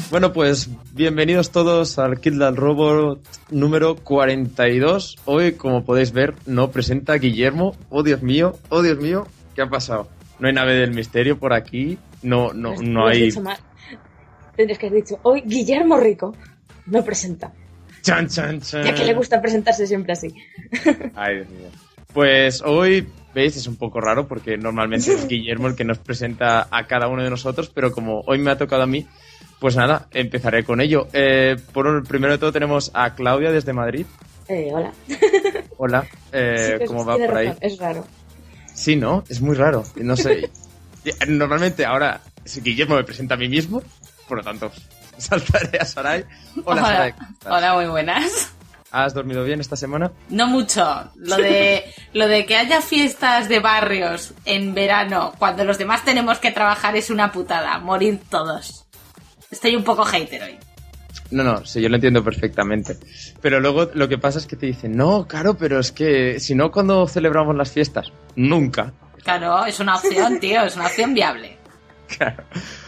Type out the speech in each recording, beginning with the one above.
Bueno, pues bienvenidos todos al Kill the Robot número 42. Hoy, como podéis ver, no presenta a Guillermo. Oh, Dios mío, ¿qué ha pasado? No hay nave del misterio por aquí, no hay... Tendrías que haber dicho, hoy Guillermo Rico no presenta. Chan, chan, chan. Ya que le gusta presentarse siempre así. Ay, Dios mío. Pues hoy, veis, es un poco raro porque normalmente es Guillermo el que nos presenta a cada uno de nosotros, pero como hoy me ha tocado a mí, pues nada, empezaré con ello. Primero de todo tenemos a Claudia desde Madrid. Hola. Hola, ¿cómo va por ahí? Es raro. Sí, ¿no? Es muy raro. No sé. Normalmente ahora Guillermo me presenta a mí mismo, por lo tanto saltaré a Sarai. Hola, Sarai. Hola, muy buenas. ¿Has dormido bien esta semana? No mucho. Lo de que haya fiestas de barrios en verano cuando los demás tenemos que trabajar es una putada. Morir todos. Estoy un poco hater hoy. No, sí, yo lo entiendo perfectamente. Pero luego lo que pasa es que te dicen, no, claro, pero es que si no, ¿cuándo celebramos las fiestas? Nunca. Claro, es una opción, tío, es una opción viable. Claro.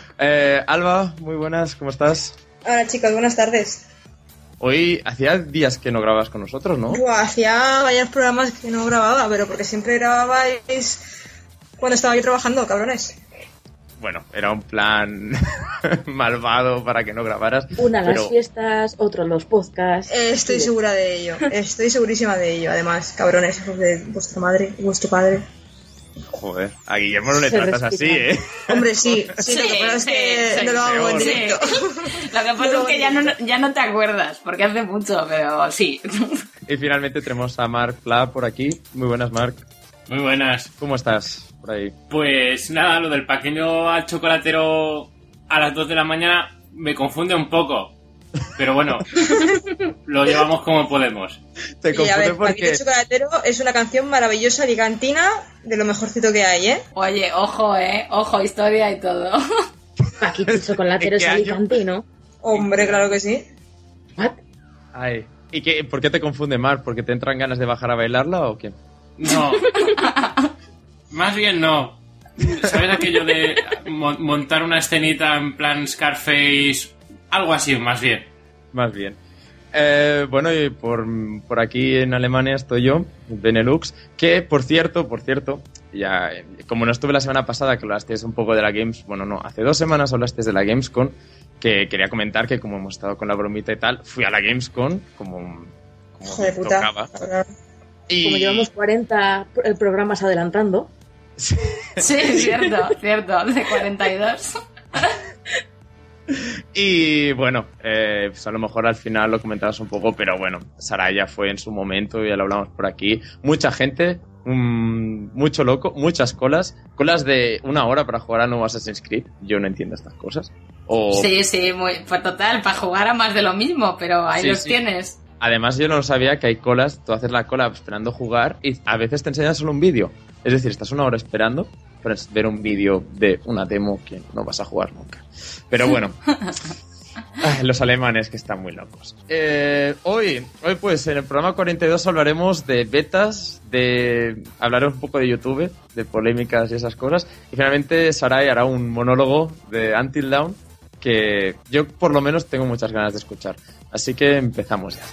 Alba, muy buenas, ¿cómo estás? Hola chicos, buenas tardes. Hoy hacía días que no grababas con nosotros, ¿no? Hacía varios programas que no grababa, pero porque siempre grababais cuando estaba yo trabajando, cabrones. Bueno, era un plan malvado para que no grabaras. Una las fiestas, otro los podcasts. Estoy segura de ello, estoy segurísima de ello. Además, cabrones, hijos de vuestra madre y vuestro padre. Joder, a Guillermo no le tratas así, ¿eh? Hombre, sí, lo que pasa es que no lo hago en directo. Lo que pasa es que ya no te acuerdas, porque hace mucho, pero sí. Y finalmente tenemos a Marc Pla por aquí. Muy buenas, Marc. Muy buenas. ¿Cómo estás por ahí? Pues nada, lo del pequeño al chocolatero a las 2 de la mañana me confunde un poco. Pero bueno, lo llevamos como podemos. Te confunde y a ver, porque... Paquito Chocolatero es una canción maravillosa, alicantina, de lo mejorcito que hay, ¿eh? Oye, ojo, historia y todo. Paquito Chocolatero es alicantino. Hombre, claro que sí. ¿What? Ay, ¿y por qué te confunde, Marc? ¿Porque te entran ganas de bajar a bailarla o qué? No. Más bien no. ¿Sabes aquello de montar una escenita en plan Scarface? Algo así, más bien. Más bien. Bueno, y por aquí en Alemania estoy yo, Benelux, que por cierto, ya como no estuve la semana pasada que hablasteis un poco de la Games, bueno, no, hace 2 semanas hablasteis de la Gamescom, que quería comentar que como hemos estado con la bromita y tal, fui a la Gamescom como Joder, puta. Y... Como llevamos 40 programas adelantando. Sí, cierto, de 42. Y bueno, pues a lo mejor al final lo comentabas un poco, pero bueno, Saraya fue en su momento, ya lo hablamos por aquí. Mucha gente, mucho loco, muchas colas de 1 hora para jugar a nuevo Assassin's Creed. Yo no entiendo estas cosas. Sí, pues total, para jugar a más de lo mismo, pero ahí sí, los tienes. Además yo no sabía que hay colas, tú haces la cola esperando jugar y a veces te enseñan solo un vídeo. Es decir, estás 1 hora esperando para ver un vídeo de una demo que no vas a jugar nunca. Pero bueno, los alemanes que están muy locos. Hoy pues en el programa 42 hablaremos de betas, hablaremos un poco de YouTube, de polémicas y esas cosas. Y finalmente Sarai hará un monólogo de Until Dawn que yo por lo menos tengo muchas ganas de escuchar. Así que empezamos ya.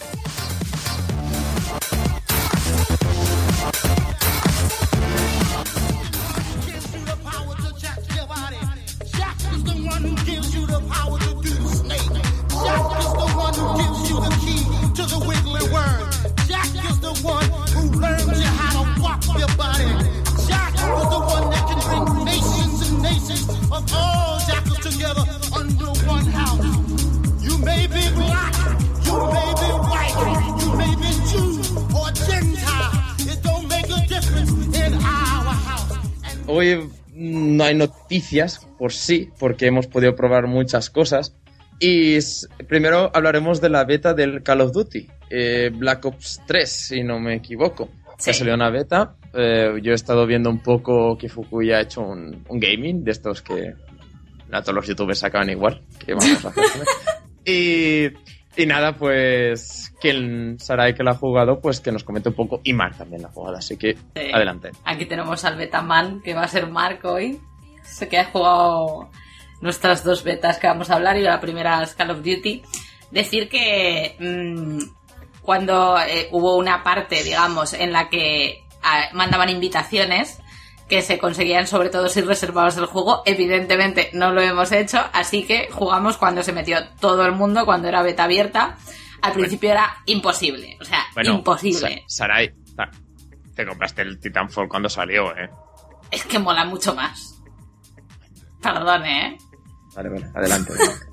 Hoy no hay noticias por sí, porque hemos podido probar muchas cosas. Y primero hablaremos de la beta del Call of Duty, Black Ops 3, si no me equivoco. Sí. Ha salido una beta. Yo he estado viendo un poco que Fukui ha hecho un gaming, de estos que a todos los youtubers sacaban igual. Que vamos a hacer. Y nada, pues que Sarai que la ha jugado, pues que nos comente un poco, y Marc también la ha jugado, así que sí. Adelante. Aquí tenemos al Betaman, que va a ser Marc hoy. Sé que ha jugado nuestras 2 betas que vamos a hablar, y la primera es Call of Duty, decir que cuando hubo una parte, digamos, en la que mandaban invitaciones que se conseguían sobre todo si reservabas el juego, evidentemente no lo hemos hecho, así que jugamos cuando se metió todo el mundo, cuando era beta abierta. Al principio era imposible, o sea, imposible. Sarai, te compraste el Titanfall cuando salió, ¿eh? Es que mola mucho más. Perdón, ¿eh? Vale, adelante.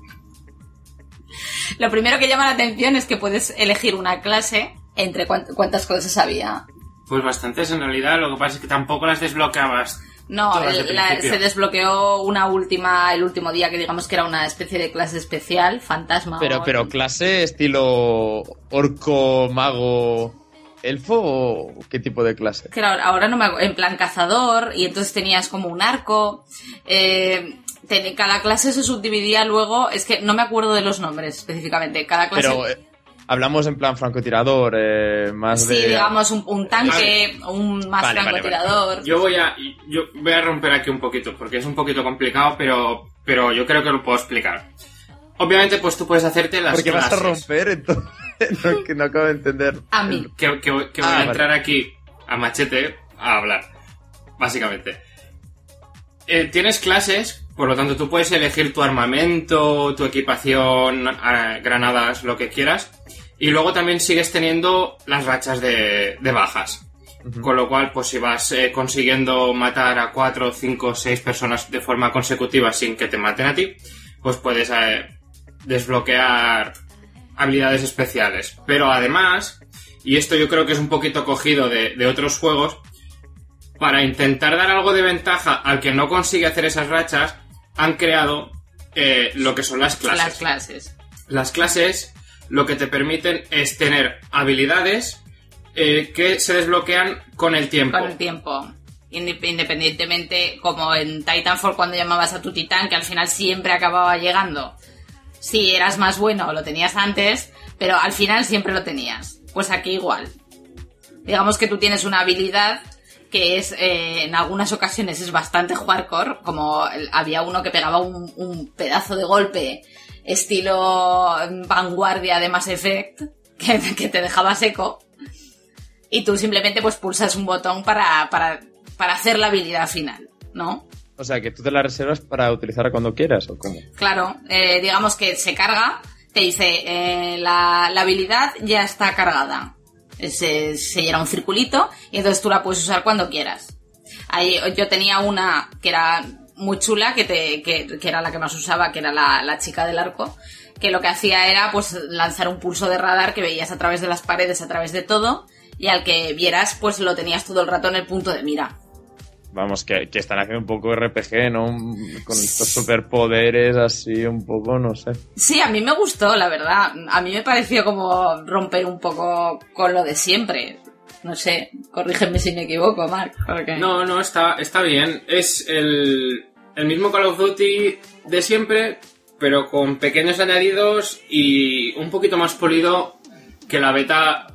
Lo primero que llama la atención es que puedes elegir una clase entre cuántas clases había. Pues bastantes en realidad, lo que pasa es que tampoco las desbloqueabas. No, se desbloqueó una última, el último día, que digamos que era una especie de clase especial, fantasma. Pero clase estilo orco, mago, elfo, ¿o qué tipo de clase? Claro, ahora no me hago, en plan cazador, y entonces tenías como un arco. Cada clase se subdividía luego, es que no me acuerdo de los nombres específicamente. Cada clase. Pero hablamos en plan francotirador, más de... Sí, digamos un tanque, un más francotirador. Vale. Yo voy a romper aquí un poquito, porque es un poquito complicado, pero yo creo que lo puedo explicar. Obviamente, pues tú puedes hacerte las porque clases. Vas a romper, entonces, que no acabo de entender. A mí. Que voy a entrar aquí a machete a hablar, básicamente. Tienes clases, por lo tanto tú puedes elegir tu armamento, tu equipación, granadas, lo que quieras. Y luego también sigues teniendo las rachas de bajas. Uh-huh. Con lo cual, pues si vas consiguiendo matar a 4, 5, 6 personas de forma consecutiva sin que te maten a ti, pues puedes desbloquear habilidades especiales. Pero además, y esto yo creo que es un poquito cogido de otros juegos, para intentar dar algo de ventaja al que no consigue hacer esas rachas, han creado lo que son las clases. Las clases lo que te permiten es tener habilidades que se desbloquean con el tiempo. Con el tiempo. Independientemente, como en Titanfall cuando llamabas a tu titán, que al final siempre acababa llegando. Si eras más bueno, lo tenías antes, pero al final siempre lo tenías. Pues aquí igual. Digamos que tú tienes una habilidad que es, en algunas ocasiones es bastante hardcore, como había uno que pegaba un pedazo de golpe estilo vanguardia de Mass Effect, que te dejaba seco, y tú simplemente pues pulsas un botón para hacer la habilidad final, ¿no? O sea, que tú te la reservas para utilizarla cuando quieras, ¿o cómo? Claro, digamos que se carga, te dice, la habilidad ya está cargada. Se llena un circulito y entonces tú la puedes usar cuando quieras. Ahí yo tenía una que era muy chula, que era la que más usaba, que era la chica del arco, que lo que hacía era pues lanzar un pulso de radar que veías a través de las paredes, a través de todo, y al que vieras pues lo tenías todo el rato en el punto de mira. Vamos, que están haciendo un poco RPG, ¿no? Con estos superpoderes así un poco, no sé. Sí, a mí me gustó, la verdad. A mí me pareció como romper un poco con lo de siempre. No sé, corrígeme si me equivoco, Marc. Porque... No, está bien. Es el mismo Call of Duty de siempre, pero con pequeños añadidos y un poquito más polido que la beta...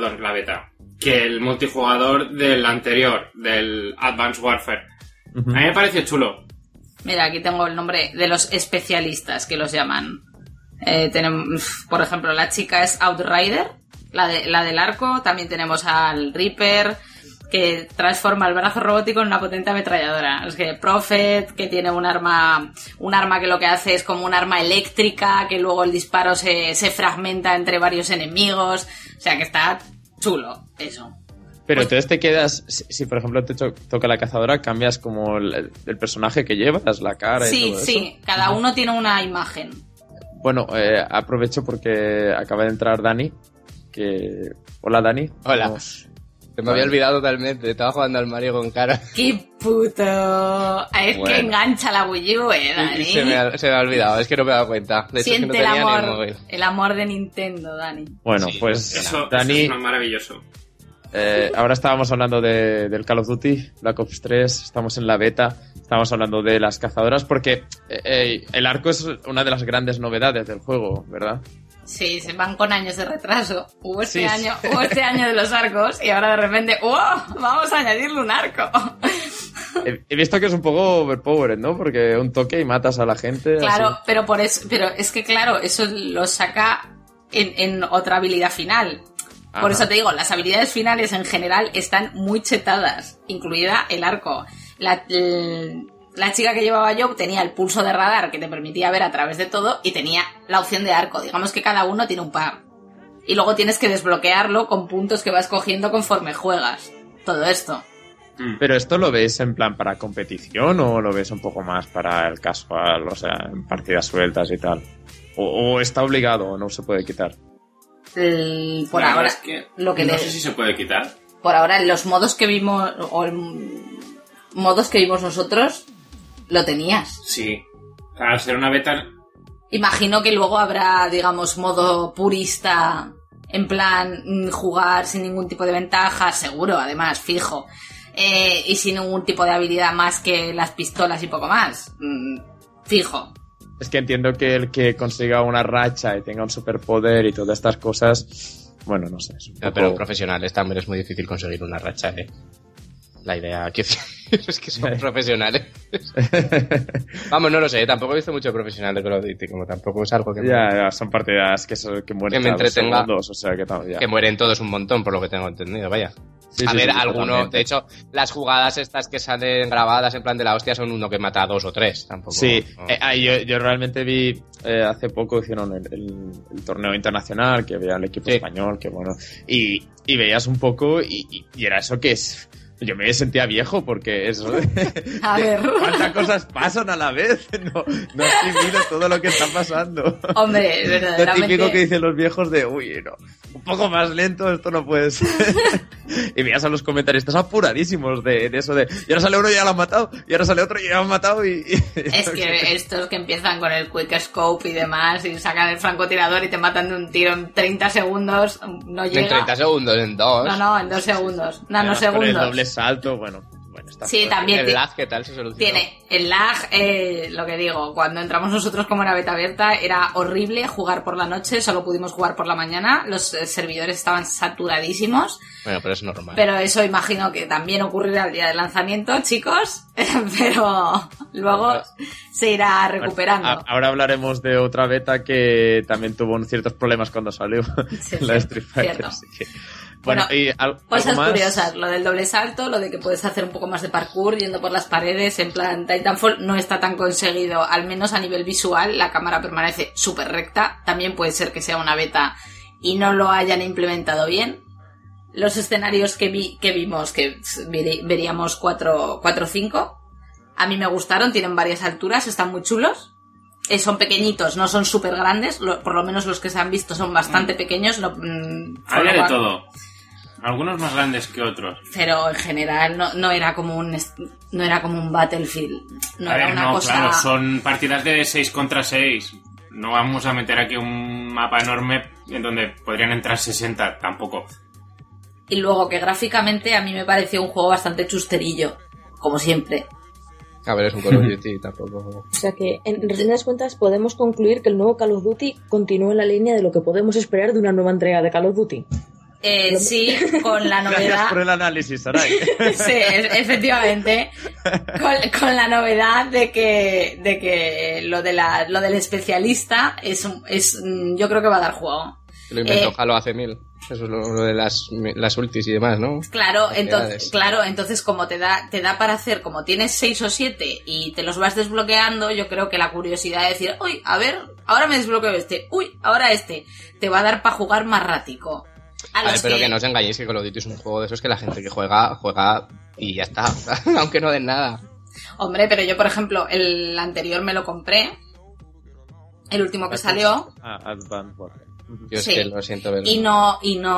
que el multijugador del anterior, del Advanced Warfare. Uh-huh. A mí me pareció chulo. Mira, aquí tengo el nombre de los especialistas que los llaman. Tenemos, por ejemplo, la chica es Outrider, la del arco. También tenemos al Reaper, que transforma el brazo robótico en una potente ametralladora. Es que Prophet, que tiene un arma que lo que hace es como un arma eléctrica, que luego el disparo se fragmenta entre varios enemigos. O sea que está chulo, eso. Pero pues, entonces te quedas, si por ejemplo te toca la cazadora, cambias como el personaje que llevas, la cara y todo eso. Sí, cada uno tiene una imagen. Bueno, aprovecho porque acaba de entrar Dani. Hola, Dani. Hola. Se me había olvidado totalmente, estaba jugando al Mario con cara. ¡Qué puto! Es bueno. Que engancha la Wii U, Dani. Se me ha olvidado, es que no me he dado cuenta. De hecho, siente es que no tenía ni el móvil. El amor de Nintendo, Dani. Bueno, sí, pues eso, Dani... Eso es maravilloso. Ahora estábamos hablando del Call of Duty, Black Ops 3, estamos en la beta, estamos hablando de las cazadoras, porque el arco es una de las grandes novedades del juego, ¿verdad? Sí, se van con años de retraso. Hubo este año de los arcos y ahora de repente, ¡wow! Vamos a añadirle un arco. He visto que es un poco overpowered, ¿no? Porque un toque y matas a la gente. Claro, así. pero es que claro, eso lo saca en otra habilidad final. Por eso te digo, las habilidades finales en general están muy chetadas, incluida el arco. La chica que llevaba yo tenía el pulso de radar que te permitía ver a través de todo y tenía la opción de arco. Digamos que cada uno tiene un par. Y luego tienes que desbloquearlo con puntos que vas cogiendo conforme juegas. Todo esto. ¿Pero esto lo ves en plan para competición o lo ves un poco más para el casual, o sea, en partidas sueltas y tal? ¿O está obligado o no se puede quitar? Por ahora, es que lo que no sé si se puede quitar. Por ahora, los modos que vimos, modos que vimos nosotros, lo tenías. Sí. Al ser una beta... Imagino que luego habrá, digamos, modo purista, en plan jugar sin ningún tipo de ventaja, seguro, además, fijo. Y sin ningún tipo de habilidad más que las pistolas y poco más. Fijo. Es que entiendo que el que consiga una racha y tenga un superpoder y todas estas cosas, bueno, no sé. Es un poco... Pero profesionales también es muy difícil conseguir una racha, ¿eh? La idea que es que son profesionales. Vamos, no lo sé, tampoco he visto mucho profesional de Call of Duty, como tampoco es algo que... Ya, son partidas que mueren que me entretenga, segundos, o sea, que mueren todos un montón, por lo que tengo entendido, vaya. Sí, a ver, sí, alguno, totalmente. de hecho, las jugadas estas que salen grabadas en plan de la hostia son uno que mata a 2 o 3, tampoco. Sí, no. yo realmente vi, hace poco hicieron el torneo internacional, que veía el equipo español, que bueno, y veías un poco y era eso que es... Yo me sentía viejo porque eso... A ver. ¿Cuántas cosas pasan a la vez? No asimilo todo lo que está pasando. Hombre, Lo verdaderamente... típico que dicen los viejos de, uy, no, un poco más lento, esto no puede ser. Y veías a los comentaristas apuradísimos de eso de, y ahora sale uno y ya lo han matado, y ahora sale otro y ya lo han matado y... Es que estos que empiezan con el quick scope y demás y sacan el francotirador y te matan de un tiro en 30 segundos, no llega. En 30 segundos, en 2. No, en 2 segundos. Con el Nanosegundos. doble salto, bueno, está Sí, fuerte. también El lag, ¿qué tal se soluciona? tiene el lag, lo que digo, cuando entramos nosotros como era beta abierta era horrible jugar por la noche, solo pudimos jugar por la mañana, los servidores estaban saturadísimos. Bueno, pero es normal. Pero eso imagino que también ocurrirá el día del lanzamiento, chicos, pero luego se irá recuperando. Bueno, ahora hablaremos de otra beta que también tuvo ciertos problemas cuando salió, Sí, la de Street Fighter. cierto. Así que... Bueno, y cosas algo más... curiosas, lo del doble salto, lo de que puedes hacer un poco más de parkour yendo por las paredes, en plan Titanfall no está tan conseguido, al menos a nivel visual, la cámara permanece súper recta, también puede ser que sea una beta y no lo hayan implementado bien. Los escenarios que vimos, que veríamos 4 o 5, a mí me gustaron, tienen varias alturas, están muy chulos. Son pequeñitos, no son súper grandes, por lo menos los que se han visto son bastante pequeños. Había de todo. Algunos más grandes que otros. Pero en general no era como un Battlefield. No a era ver, una no, cosa... claro, son partidas de 6 contra 6. No vamos a meter aquí un mapa enorme en donde podrían entrar 60, tampoco. Y luego que gráficamente a mí me pareció un juego bastante chusterillo, como siempre. A ver, es un Call of Duty, tampoco... O sea que, en resumidas cuentas, podemos concluir que el nuevo Call of Duty continúa en la línea de lo que podemos esperar de una nueva entrega de Call of Duty. Sí, con la novedad... Gracias por el análisis, Sarai. Sí, efectivamente. Con la novedad de que lo del especialista yo creo que va a dar juego. Lo inventó Halo hace 1000. Eso es lo de las ultis y demás, ¿no? Claro, entonces como te da para hacer, como tienes 6 o 7 y te los vas desbloqueando, yo creo que la curiosidad de decir, uy, a ver, ahora me desbloqueo ahora te va a dar para jugar más ratico. A ver, pero que no os engañéis, que Call of Duty es un juego de esos que la gente que juega y ya está, aunque no den nada. Hombre, pero yo, por ejemplo, el anterior me lo compré, el último que salió. Advanced Warfare. Yo es Sí. que lo siento ver. Y no,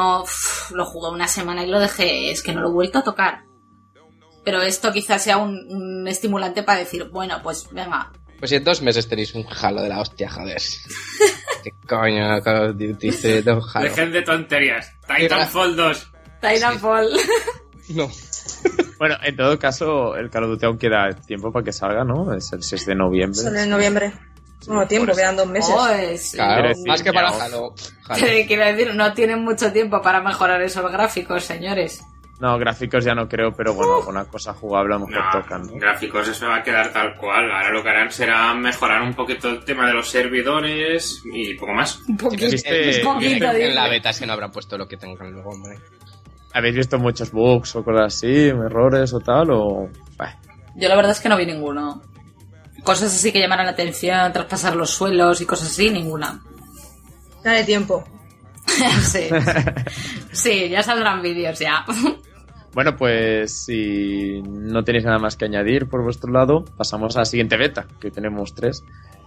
lo jugué una semana y lo dejé, es que no lo he vuelto a tocar. Pero esto quizás sea un estimulante para decir, bueno, pues venga. Pues si en 2 meses tenéis un Halo de la hostia, joder. ¿Qué coño, Call of Duty de un Halo? Dejen de tonterías. Titanfall 2. Titanfall. No. Bueno, en todo caso, el Call of Duty aún queda tiempo para que salga, ¿no? Es el 6 de noviembre. Sale en noviembre. Bueno, tiempo, quedan 2 meses. Claro, Quiero decir, más que para ya, Halo. Quiero decir, no tienen mucho tiempo para mejorar esos gráficos, señores. No, gráficos ya no creo, pero bueno, alguna cosa jugable a lo mejor tocan, ¿no? Gráficos eso va a quedar tal cual. Ahora lo que harán será mejorar un poquito el tema de los servidores y poco más. Un poquito, Existe- un poquito, En la dice. beta es que no habrán puesto lo que tengan luego, hombre. ¿Habéis visto muchos bugs o cosas así, errores o tal? O... Bah. Yo la verdad es que no vi ninguno. Cosas así que llamaran la atención, traspasar los suelos y cosas así, ninguna. Dale tiempo. Sí. Sí, ya saldrán vídeos ya. Bueno, pues si no tenéis nada más que añadir por vuestro lado, pasamos a la siguiente beta, que tenemos 3.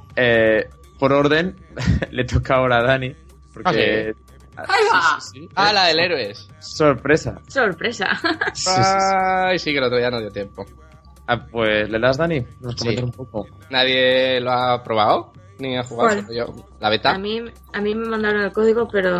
Por orden, le toca ahora a Dani, porque... Ahí va. Sí. Ah, la del héroes. Sorpresa. Sorpresa. Sí. Ay, sí que el otro día no dio tiempo. Ah, pues le das, Dani, nos Sí. comentas un poco. ¿Nadie lo ha probado? Ni ha jugado. ¿Cuál? Solo yo. La beta. A mí me mandaron el código, pero...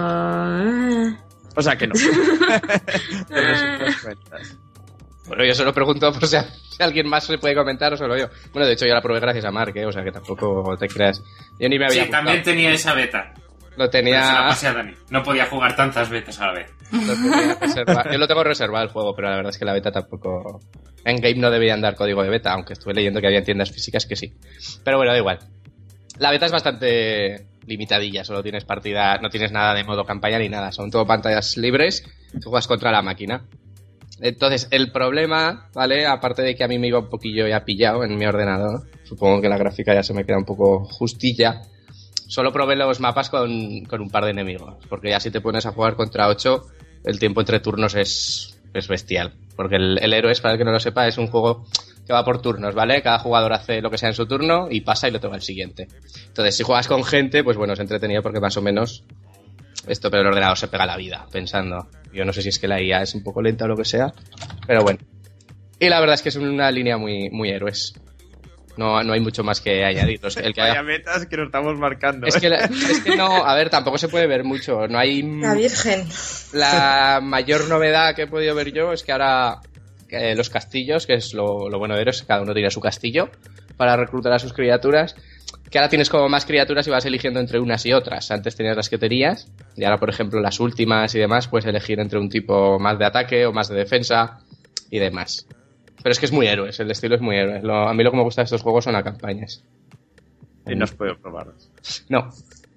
O sea que no. Pero sí que nos cuentas. Bueno, yo solo pregunto por si alguien más se puede comentar o solo yo. Bueno, de hecho yo la probé gracias a Mark, o sea que tampoco te creas. Yo ni me había Sí, también apuntado. tenía esa beta. Lo Pero se la tenía, pasé a Dani. No podía jugar tantas betas a la vez. lo tenía reservado. Yo lo tengo reservado el juego, pero la verdad es que la beta tampoco... En Game no deberían dar código de beta, aunque estuve leyendo que había tiendas físicas que sí. Pero bueno, da igual. La beta es bastante limitadilla, solo tienes partida, no tienes nada de modo campaña ni nada, son todo pantallas libres que juegas contra la máquina. Entonces, el problema, ¿vale? Aparte de que a mí me iba un poquillo ya pillado en mi ordenador, supongo que la gráfica ya se me queda un poco justilla, solo probé los mapas con un par de enemigos, porque ya si te pones a jugar contra 8, el tiempo entre turnos es bestial. Porque el Héroes, para el que no lo sepa, es un juego que va por turnos, ¿vale? Cada jugador hace lo que sea en su turno y pasa y lo toma el siguiente. Entonces, si juegas con gente, pues bueno, es entretenido porque más o menos esto, pero el ordenador se pega la vida pensando. Yo no sé si es que la IA es un poco lenta o lo que sea, pero bueno. Y la verdad es que es una línea muy, muy Héroes. No hay mucho más que añadir. El que Vaya metas que nos estamos marcando. es que no, a ver, tampoco se puede ver mucho. No hay. La Virgen. La mayor novedad que he podido ver yo es que ahora los castillos, que es lo bueno de Héroes, cada uno tiene su castillo para reclutar a sus criaturas. Que ahora tienes como más criaturas y vas eligiendo entre unas y otras. Antes tenías las que tenías y ahora, por ejemplo, las últimas y demás, puedes elegir entre un tipo más de ataque o más de defensa y demás. Pero es que es muy Héroes, el estilo es muy Héroes. A mí lo que me gusta de estos juegos son las campañas. Y no has podido probarlos. No.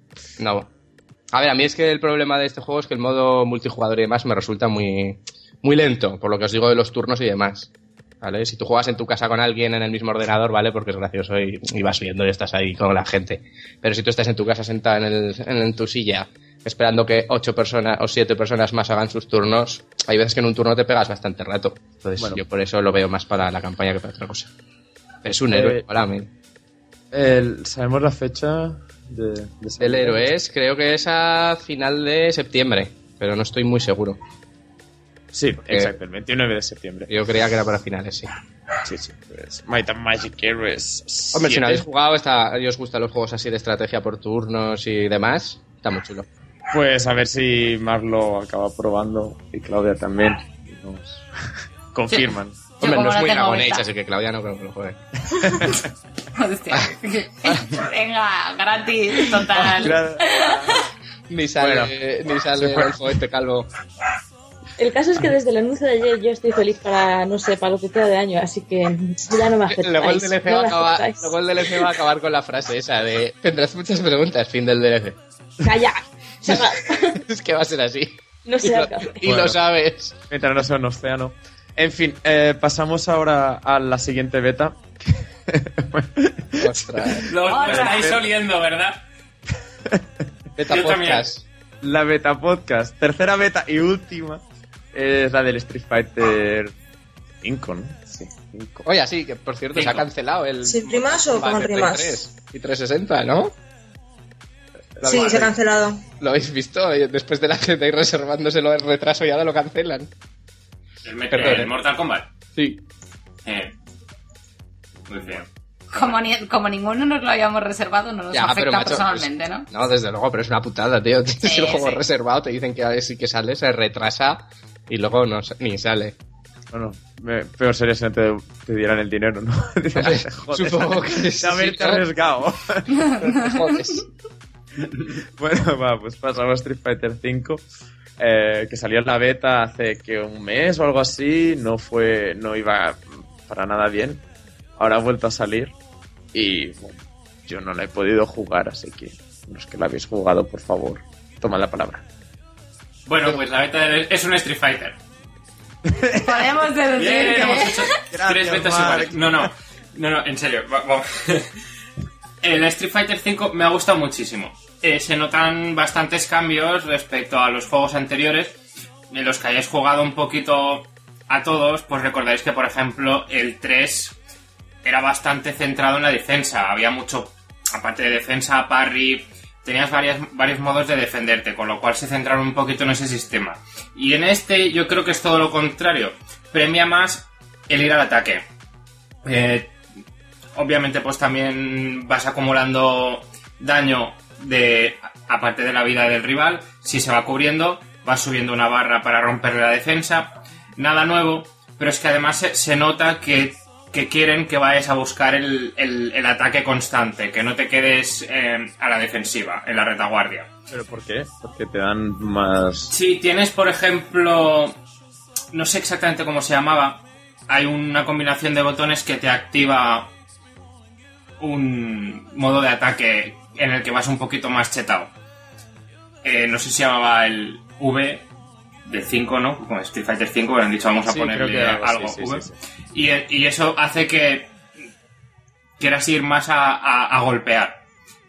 A ver, a mí es que el problema de este juego es que el modo multijugador y demás me resulta muy, muy lento, por lo que os digo de los turnos y demás. ¿Vale? Si tú juegas en tu casa con alguien en el mismo ordenador, ¿vale? Porque es gracioso y vas viendo y estás ahí con la gente. Pero si tú estás en tu casa sentado en tu silla, esperando que 8 personas o 7 personas más hagan sus turnos, hay veces que en un turno te pegas bastante rato. Entonces Bueno. yo por eso lo veo más para la campaña que para otra cosa. Es un héroe para mí. ¿Sabemos la fecha de El héroe es, creo que es a final de septiembre, pero no estoy muy seguro. Sí, exacto, el 29 de septiembre. Yo creía que era para finales, sí. Sí, pues Might and Magic Heroes. Hombre, si no 7. habéis jugado, y os gustan los juegos así de estrategia por turnos y demás, está muy chulo. Pues a ver si Marlo acaba probando y Claudia también. Y nos confirman. Yo Hombre, como no es no muy tengo Dragon beta. Age, así que Claudia no creo que lo juegue. Hostia. Venga, gratis, total. Ni sale, Bueno. ni sale el juego este calvo. El caso es que desde el anuncio de ayer yo estoy feliz para, no sé, para lo que queda de año, así que ya no me afectáis. Luego el DLC no va a me acabar, afectáis. luego el DLC va a acabar con la frase esa de tendrás muchas preguntas, fin del DLC. ¡Calla! ¡Cerrad! Es que va a ser así. No Y sea lo, café. y Bueno. lo sabes. Mientras no sea un océano. En fin, pasamos ahora a la siguiente beta. Ostras. Lo Hola. estáis oliendo, ¿verdad? Beta Yo también. podcast. La beta podcast. Tercera beta y última es la del Street Fighter 5, ¿no? Sí, 5. Oye, sí, que por cierto se ha cancelado el... ¿Sin rimas o con Battle rimas? 3 y 360, ¿no? Sí, se ha cancelado. ¿Lo habéis visto? Después de la gente ahí reservándoselo el retraso y ahora lo cancelan. Perdón. El Mortal Kombat. Sí. Muy feo. Como ninguno nos lo habíamos reservado, no nos Ya, pero afecta macho, personalmente, ¿no? No, desde luego, pero es una putada, tío. Tienes Sí, el juego sí. reservado, te dicen que sí que sale, se retrasa y luego no ni sale. Bueno, peor sería si no te dieran el dinero, ¿no? Joder, Supongo que de sí, haberte ¿no? arriesgado. Joder. Bueno, va, pues pasamos a Street Fighter 5. que salió en la beta hace que un mes o algo así, no iba para nada bien. Ahora ha vuelto a salir y bueno, yo no la he podido jugar, así que los que la habéis jugado, por favor, tomad la palabra. Bueno, pues la beta es un Street Fighter. Podemos deducir Bien, que... hemos hecho Gracias, 3 betas Mark. iguales. No, en serio. Vamos. El Street Fighter V me ha gustado muchísimo. Se notan bastantes cambios respecto a los juegos anteriores. En los que hayáis jugado un poquito a todos, pues recordáis que, por ejemplo, el 3 era bastante centrado en la defensa. Había mucho, aparte de defensa, parry, tenías varios modos de defenderte, con lo cual se centraron un poquito en ese sistema. Y en este yo creo que es todo lo contrario. Premia más el ir al ataque. Obviamente pues también vas acumulando daño aparte de la vida del rival. Si se va cubriendo, vas subiendo una barra para romperle la defensa. Nada nuevo, pero es que además se nota que quieren que vayas a buscar el ataque constante, que no te quedes a la defensiva, en la retaguardia. ¿Pero por qué? Porque te dan más... Si tienes, por ejemplo, no sé exactamente cómo se llamaba, hay una combinación de botones que te activa un modo de ataque en el que vas un poquito más chetado. No sé si se llamaba el V del 5, ¿no? Como Street Fighter 5, le han dicho vamos a ponerle algo sí, V. sí. Y eso hace que quieras ir más a golpear.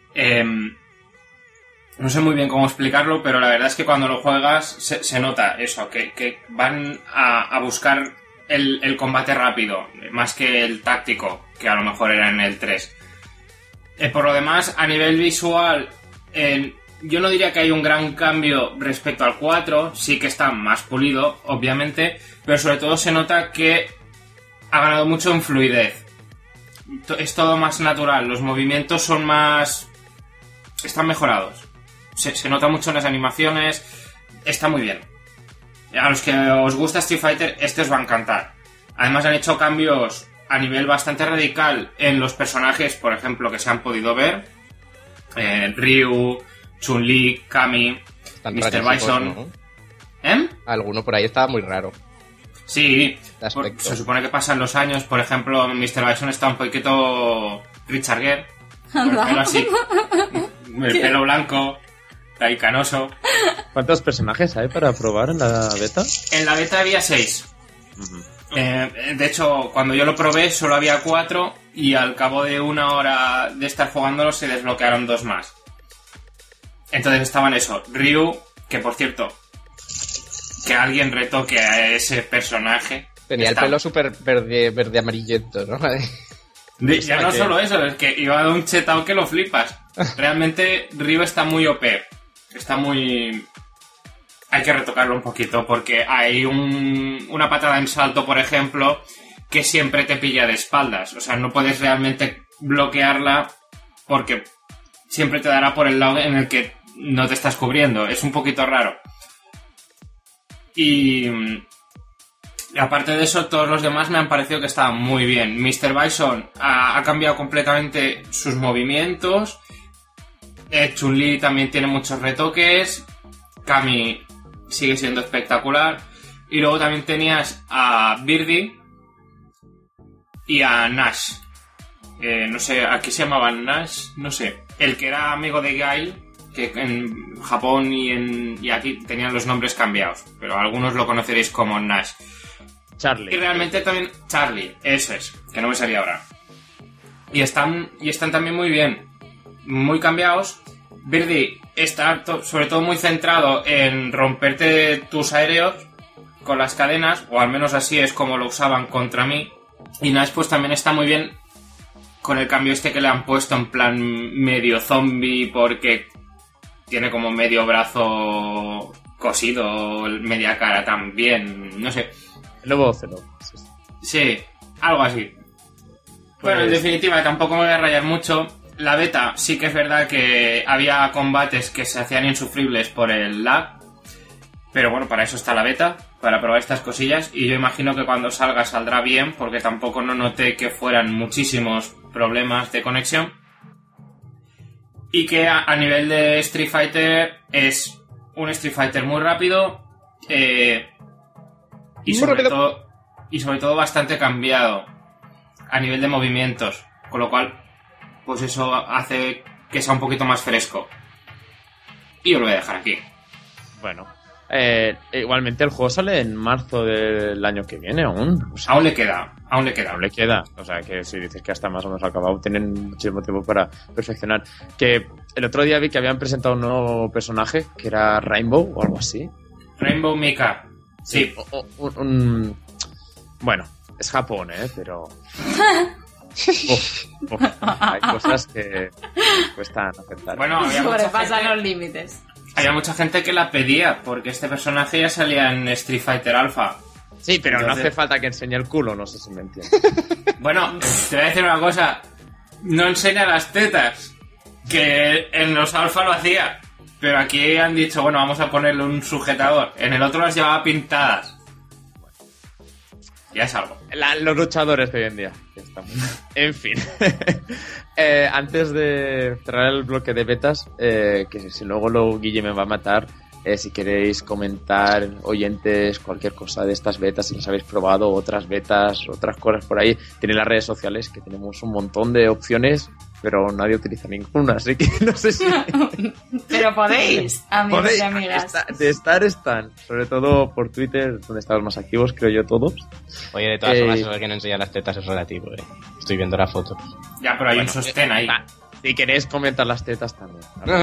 No sé muy bien cómo explicarlo, pero la verdad es que cuando lo juegas se nota eso, que van a buscar el combate rápido, más que el táctico, que a lo mejor era en el 3. Por lo demás, a nivel visual, yo no diría que hay un gran cambio respecto al 4, sí que está más pulido, obviamente, pero sobre todo se nota que ha ganado mucho en fluidez. Es todo más natural, los movimientos son más... están mejorados. Se nota mucho en las animaciones, está muy bien. A los que os gusta Street Fighter, este os va a encantar. Además han hecho cambios a nivel bastante radical en los personajes, por ejemplo, que se han podido ver. Ryu, Chun-Li, Kami, Están Mr. rarísimos, Bison. ¿no? Alguno por ahí estaba muy raro. Sí, De aspecto. se supone que pasan los años. Por ejemplo, Mr. Bison está un poquito Richard Gere, con el pelo así, el pelo blanco, ahí canoso. ¿Cuántos personajes hay para probar en la beta? En la beta había 6. Ujú. De hecho, cuando yo lo probé solo había 4 y al cabo de una hora de estar jugándolo se desbloquearon 2 más. Entonces estaban eso, Ryu, que por cierto, que alguien retoque a ese personaje. Tenía el pelo súper verde amarillento, ¿no? Ya no solo eso, es que iba de un chetao que lo flipas. Realmente Ryu está muy OP. Está muy... Hay que retocarlo un poquito porque hay una patada en salto, por ejemplo, que siempre te pilla de espaldas. O sea, no puedes realmente bloquearla porque siempre te dará por el lado en el que no te estás cubriendo. Es un poquito raro. Y aparte de eso, todos los demás me han parecido que estaban muy bien. Mr. Bison ha cambiado completamente sus movimientos. Chun-Li también tiene muchos retoques. Kami sigue siendo espectacular. Y luego también tenías a Birdie y a Nash. No sé, aquí se llamaban Nash, no sé. El que era amigo de Guile, que en Japón y aquí tenían los nombres cambiados, pero algunos lo conoceréis como Nash. Charlie. Y realmente también... Charlie, eso es, que no me salía ahora. Y están también muy bien, muy cambiados. Birdie está sobre todo muy centrado en romperte tus aéreos con las cadenas, o al menos así es como lo usaban contra mí. Y Nash pues también está muy bien con el cambio este que le han puesto en plan medio zombie, porque tiene como medio brazo cosido, media cara también, no sé. Lobo Celo. Sí, algo así. Bueno, en definitiva, tampoco me voy a rayar mucho. La beta sí que es verdad que había combates que se hacían insufribles por el lag, pero bueno, para eso está la beta, para probar estas cosillas, y yo imagino que cuando salga saldrá bien, porque tampoco no noté que fueran muchísimos problemas de conexión, y que a nivel de Street Fighter es un Street Fighter muy rápido y sobre todo bastante cambiado a nivel de movimientos, con lo cual pues eso hace que sea un poquito más fresco. Y os lo voy a dejar aquí. Bueno, igualmente el juego sale en marzo del año que viene aún. O sea, Aún le queda. aún le queda. O sea, que si dices que hasta más o menos acabado, tienen muchísimo tiempo para perfeccionar. Que el otro día vi que habían presentado un nuevo personaje, que era Rainbow o algo así. Rainbow Mika. Sí. Bueno, es Japón, pero... hay cosas que cuestan aceptar. Bueno, Sobrepasan los límites. había mucha gente que la pedía, porque este personaje ya salía en Street Fighter Alpha. Sí, pero Entonces... no hace falta que enseñe el culo, no sé si me entiendes. Bueno, te voy a decir una cosa. No enseña las tetas, que en los Alpha lo hacía. Pero aquí han dicho, bueno, vamos a ponerle un sujetador. En el otro las llevaba pintadas. Ya es algo. Los luchadores de hoy en día. Ya estamos. En fin. Antes de cerrar el bloque de betas, que si luego Guille me va a matar, si queréis comentar, oyentes, cualquier cosa de estas betas, si las habéis probado, otras betas, otras cosas por ahí, tenéis las redes sociales, que tenemos un montón de opciones, pero nadie utiliza ninguna, así que no sé si... Pero podéis, amigos y amigas. De estar están, sobre todo por Twitter, donde estamos más activos, creo yo, todos. Oye, de todas formas, eso de que no enseña las tetas es relativo, Estoy viendo la foto. Ya, pero hay un sostén ahí. Si queréis comentar las tetas también.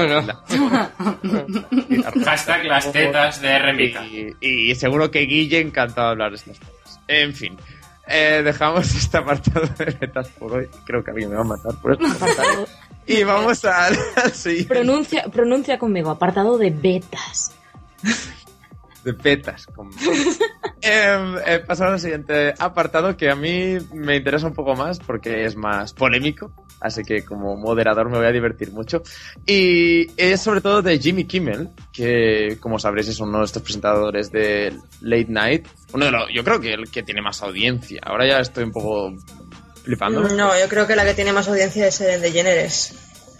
Hashtag las tetas de Remika. Y seguro que Guille encantado de hablar de estas cosas. En fin. Dejamos este apartado de betas por hoy. Creo que alguien me va a matar por esto. Y vamos al siguiente. Pronuncia conmigo, apartado de betas. De betas. Pasamos al siguiente apartado, que a mí me interesa un poco más porque es más polémico. Así que como moderador me voy a divertir mucho. Y es sobre todo de Jimmy Kimmel, que como sabréis es uno de estos presentadores de Late Night. Yo creo que el que tiene más audiencia. Ahora ya estoy un poco flipando. No, yo creo que la que tiene más audiencia es el de DeGeneres.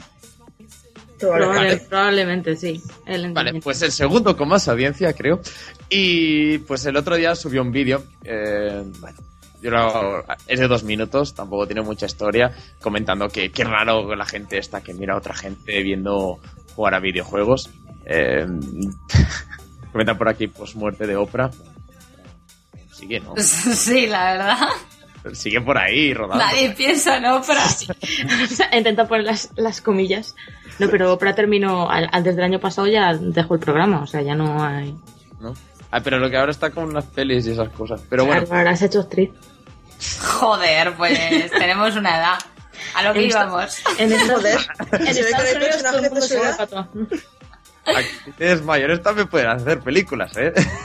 Probablemente sí. Vale, pues el segundo con más audiencia, creo. Y pues el otro día subió un vídeo. Es de 2 minutos, tampoco tiene mucha historia, comentando que qué raro la gente esta que mira a otra gente viendo jugar a videojuegos. Comentan por aquí, pues muerte de Oprah. Sigue, ¿no? Sí, la verdad. Sigue por ahí rodando. Nadie piensa en Oprah. Intenta poner las comillas. No, pero Oprah terminó, antes del año pasado ya dejó el programa, o sea, ya no hay... ¿No? Pero lo que ahora está con las pelis y esas cosas. Pero bueno. Ahora has hecho actriz. Joder, pues tenemos una edad. A lo que íbamos. En Estados Unidos todo el mundo se va para Actrices mayores también pueden hacer películas,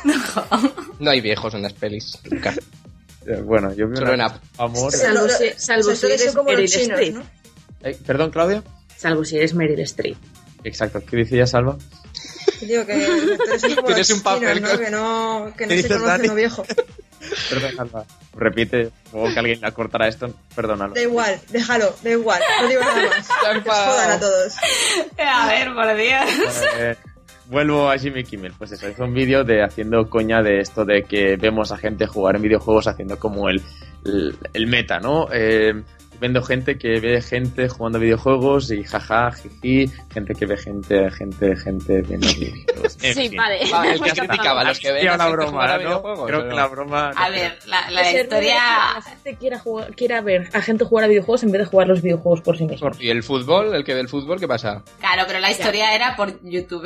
No hay viejos en las pelis. Nunca. Bueno, yo vi amor. Salvo si eres Meryl Streep. ¿no? ¿Perdón, Claudia? Salvo si eres Meryl Streep. Exacto. ¿Qué decía Salva? Digo que tienes un papel, ¿no? Que no se conoce uno viejo. Perdón, Salva. Repite, supongo que alguien la cortará esto. Perdónalo. Da igual, déjalo, da igual. No digo nada más. Que os jodan a todos. A ver, por Dios. Vuelvo a Jimmy Kimmel. Pues eso, hizo un vídeo de haciendo coña de esto de que vemos a gente jugar en videojuegos haciendo como el meta, ¿no? Viendo gente que ve gente jugando videojuegos y jaja, jiji, gente que ve gente viendo videojuegos. Sí, vale. El que criticaba a los que ven la gente broma, jugar a ¿no? videojuegos. Creo que la broma... A ver, la historia... La gente quiera ver a gente jugar a videojuegos en vez de jugar los videojuegos por sí mismos. ¿Y el fútbol? ¿El que ve el fútbol? ¿Qué pasa? Claro, pero la historia era por YouTube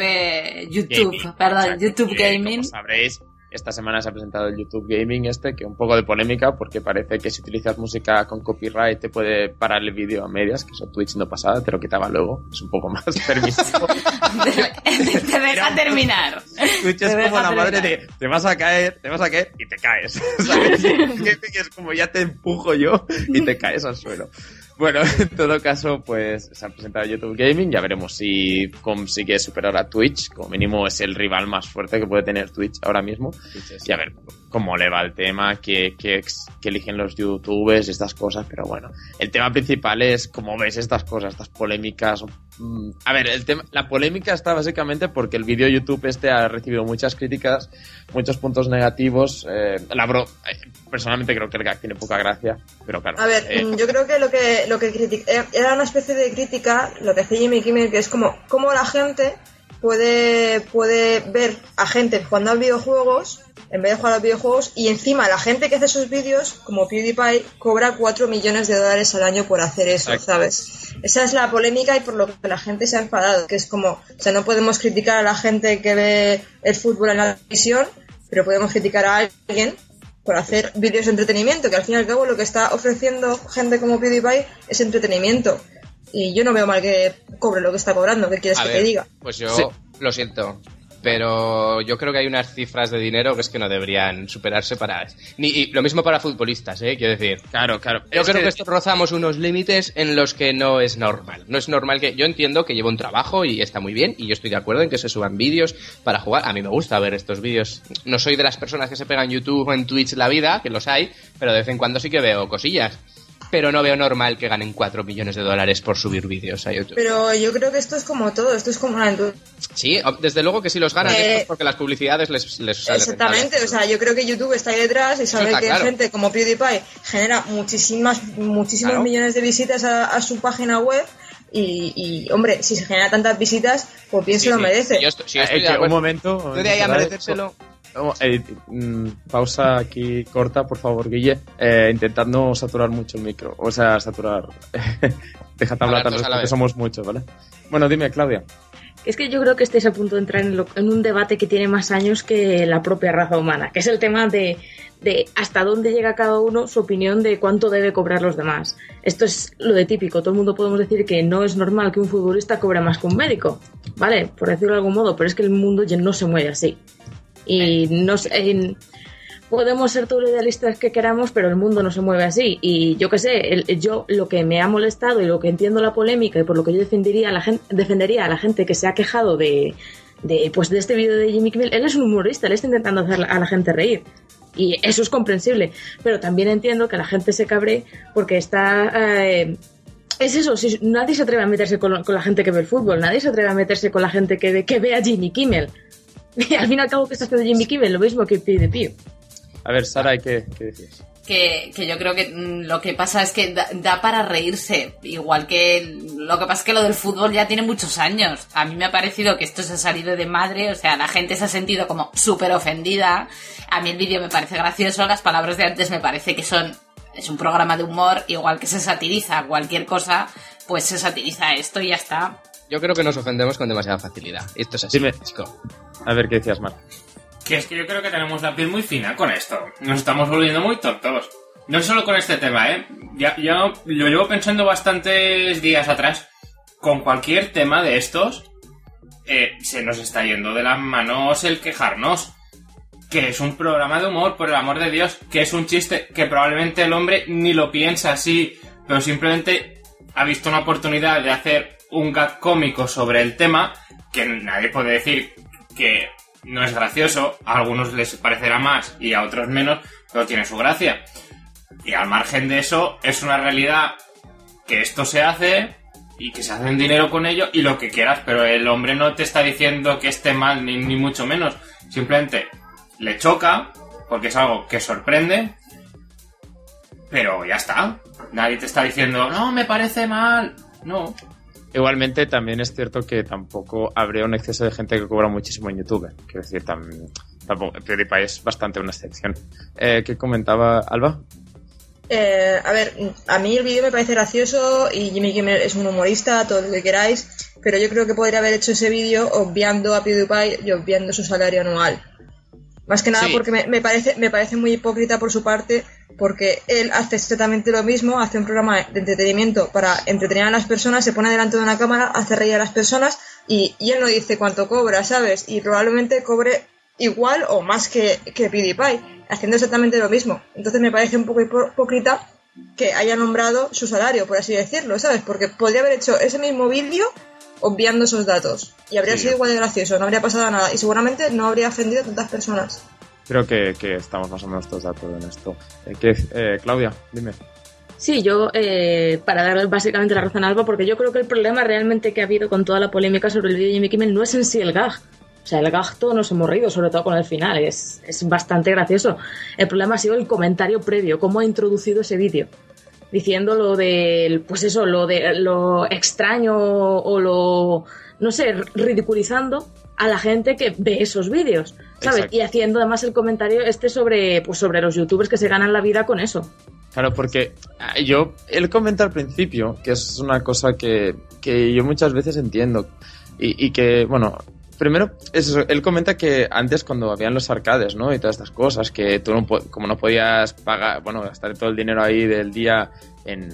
Exacto, Gaming. Como sabréis, esta semana se ha presentado el YouTube Gaming que un poco de polémica porque parece que si utilizas música con copyright te puede parar el vídeo a medias, que eso Twitch no pasaba, te lo quitaba luego, es un poco más permisivo. Te deja terminar. Twitch es como la madre de te vas a caer y te caes, ¿sabes? Es como ya te empujo yo y te caes al suelo. Bueno, en todo caso, pues se ha presentado YouTube Gaming, ya veremos si consigue superar a Twitch, como mínimo es el rival más fuerte que puede tener Twitch ahora mismo, y a ver cómo le va el tema, que eligen los youtubers y estas cosas, pero bueno, el tema principal es cómo ves estas cosas, estas polémicas A ver, la polémica está básicamente porque el vídeo YouTube ha recibido muchas críticas, muchos puntos negativos. Personalmente creo que el gag tiene poca gracia, pero claro. A ver, yo creo que lo que era una especie de crítica, lo que hace Jimmy Kimmel, que es como la gente puede ver a gente jugando a videojuegos en vez de jugar a los videojuegos, y encima la gente que hace esos vídeos, como PewDiePie, cobra $4 millones al año por hacer eso, ¿sabes? Esa es la polémica y por lo que la gente se ha enfadado, que es como, o sea, no podemos criticar a la gente que ve el fútbol en la televisión, pero podemos criticar a alguien por hacer vídeos de entretenimiento, que al fin y al cabo lo que está ofreciendo gente como PewDiePie es entretenimiento. Y yo no veo mal que cobre lo que está cobrando. ¿Qué quieres que te diga? Pues yo lo siento, pero yo creo que hay unas cifras de dinero que es que no deberían superarse y lo mismo para futbolistas, quiero decir. Claro. Yo creo que esto rozamos unos límites en los que no es normal. No es normal que... Yo entiendo que lleva un trabajo y está muy bien, y yo estoy de acuerdo en que se suban vídeos para jugar. A mí me gusta ver estos vídeos. No soy de las personas que se pegan en YouTube o en Twitch la vida, que los hay, pero de vez en cuando sí que veo cosillas. Pero no veo normal que ganen $4 millones por subir vídeos a YouTube. Pero yo creo que esto es como todo, esto es como una industria. Sí, desde luego que si los ganan es porque las publicidades les salen exactamente, rentables. O sea, yo creo que YouTube está ahí detrás y sabe que gente como PewDiePie genera muchísimos millones de visitas a su página web. Y hombre, si se genera tantas visitas, pues bien se lo merece. Un momento. Estoy de ahí a merecérselo. Pausa aquí corta, por favor, Guille. Intentad no saturar mucho el micro. O sea, saturar. Déjate hablar tal vez porque somos muchos, ¿vale? Bueno, dime, Claudia. Es que yo creo que estáis a punto de entrar en un debate que tiene más años que la propia raza humana, que es el tema de hasta dónde llega cada uno su opinión de cuánto debe cobrar los demás. Esto es lo de típico. Todo el mundo podemos decir que no es normal que un futbolista cobre más que un médico, ¿vale? Por decirlo de algún modo, pero es que el mundo ya no se mueve así. Y podemos ser todos los idealistas que queramos, pero el mundo no se mueve así. Y yo qué sé, yo lo que me ha molestado y lo que entiendo la polémica y por lo que yo defendería a la gente que se ha quejado de este vídeo de Jimmy Kimmel, él es un humorista, él está intentando hacer a la gente reír. Y eso es comprensible. Pero también entiendo que la gente se cabre porque está... es eso, si nadie se atreve a meterse con la gente que ve el fútbol, nadie se atreve a meterse con la gente que ve a Jimmy Kimmel. Y al fin y al cabo, ¿qué está haciendo Jimmy Kimmel? Lo mismo que PewDiePie. A ver, Sara, ¿qué decías? Que yo creo que lo que pasa es que da para reírse. Igual que lo que pasa es que lo del fútbol ya tiene muchos años. A mí me ha parecido que esto se ha salido de madre. O sea, la gente se ha sentido como súper ofendida. A mí el vídeo me parece gracioso. Las palabras de antes me parece que es un programa de humor. Igual que se satiriza cualquier cosa, pues se satiriza esto y ya está. Yo creo que nos ofendemos con demasiada facilidad. Esto es así, chico. A ver, ¿qué decías, Marc? Que es que yo creo que tenemos la piel muy fina con esto. Nos estamos volviendo muy tontos. No solo con este tema, Ya lo llevo pensando bastantes días atrás. Con cualquier tema de estos, se nos está yendo de las manos el quejarnos. Que es un programa de humor, por el amor de Dios. Que es un chiste que probablemente el hombre ni lo piensa así, pero simplemente ha visto una oportunidad de hacer un gag cómico sobre el tema, que nadie puede decir que no es gracioso. A algunos les parecerá más y a otros menos, pero tiene su gracia. Y al margen de eso, es una realidad que esto se hace y que se hacen dinero con ello y lo que quieras, pero el hombre no te está diciendo que esté mal ni mucho menos. Simplemente le choca porque es algo que sorprende, pero ya está. Nadie te está diciendo, no, me parece mal. No. Igualmente, también es cierto que tampoco habría un exceso de gente que cobra muchísimo en YouTube. Quiero decir, tampoco, PewDiePie es bastante una excepción. ¿Qué comentaba Alba? A ver, a mí el vídeo me parece gracioso y Jimmy Kimmel es un humorista, todo lo que queráis, pero yo creo que podría haber hecho ese vídeo obviando a PewDiePie y obviando su salario anual. Más que nada sí. Porque me parece muy hipócrita por su parte, porque él hace exactamente lo mismo, hace un programa de entretenimiento para entretener a las personas, se pone delante de una cámara, hace reír a las personas y él no dice cuánto cobra, ¿sabes? Y probablemente cobre igual o más que PewDiePie, haciendo exactamente lo mismo. Entonces me parece un poco hipócrita que haya nombrado su salario, por así decirlo, ¿sabes? Porque podría haber hecho ese mismo vídeo obviando esos datos y habría sido igual de gracioso, no habría pasado nada y seguramente no habría ofendido a tantas personas. Creo que estamos más o menos todos de acuerdo en esto. Claudia, dime. Sí, yo, para darle básicamente la razón a Alba, porque yo creo que el problema realmente que ha habido con toda la polémica sobre el vídeo de Jimmy Kimmel no es en sí el gag. O sea, el gag todos nos hemos reído, sobre todo con el final, es bastante gracioso. El problema ha sido el comentario previo, cómo ha introducido ese vídeo. Diciendo lo de, pues eso, lo de lo extraño o lo, no sé, ridiculizando a la gente que ve esos vídeos, ¿sabes? Exacto. Y haciendo además el comentario sobre los youtubers que se ganan la vida con eso. Claro, porque él comenta al principio, que es una cosa que yo muchas veces entiendo, y que, bueno, primero, es eso, él comenta que antes cuando habían los arcades, ¿no? Y todas estas cosas, que tú como no podías pagar, bueno, gastar todo el dinero ahí del día en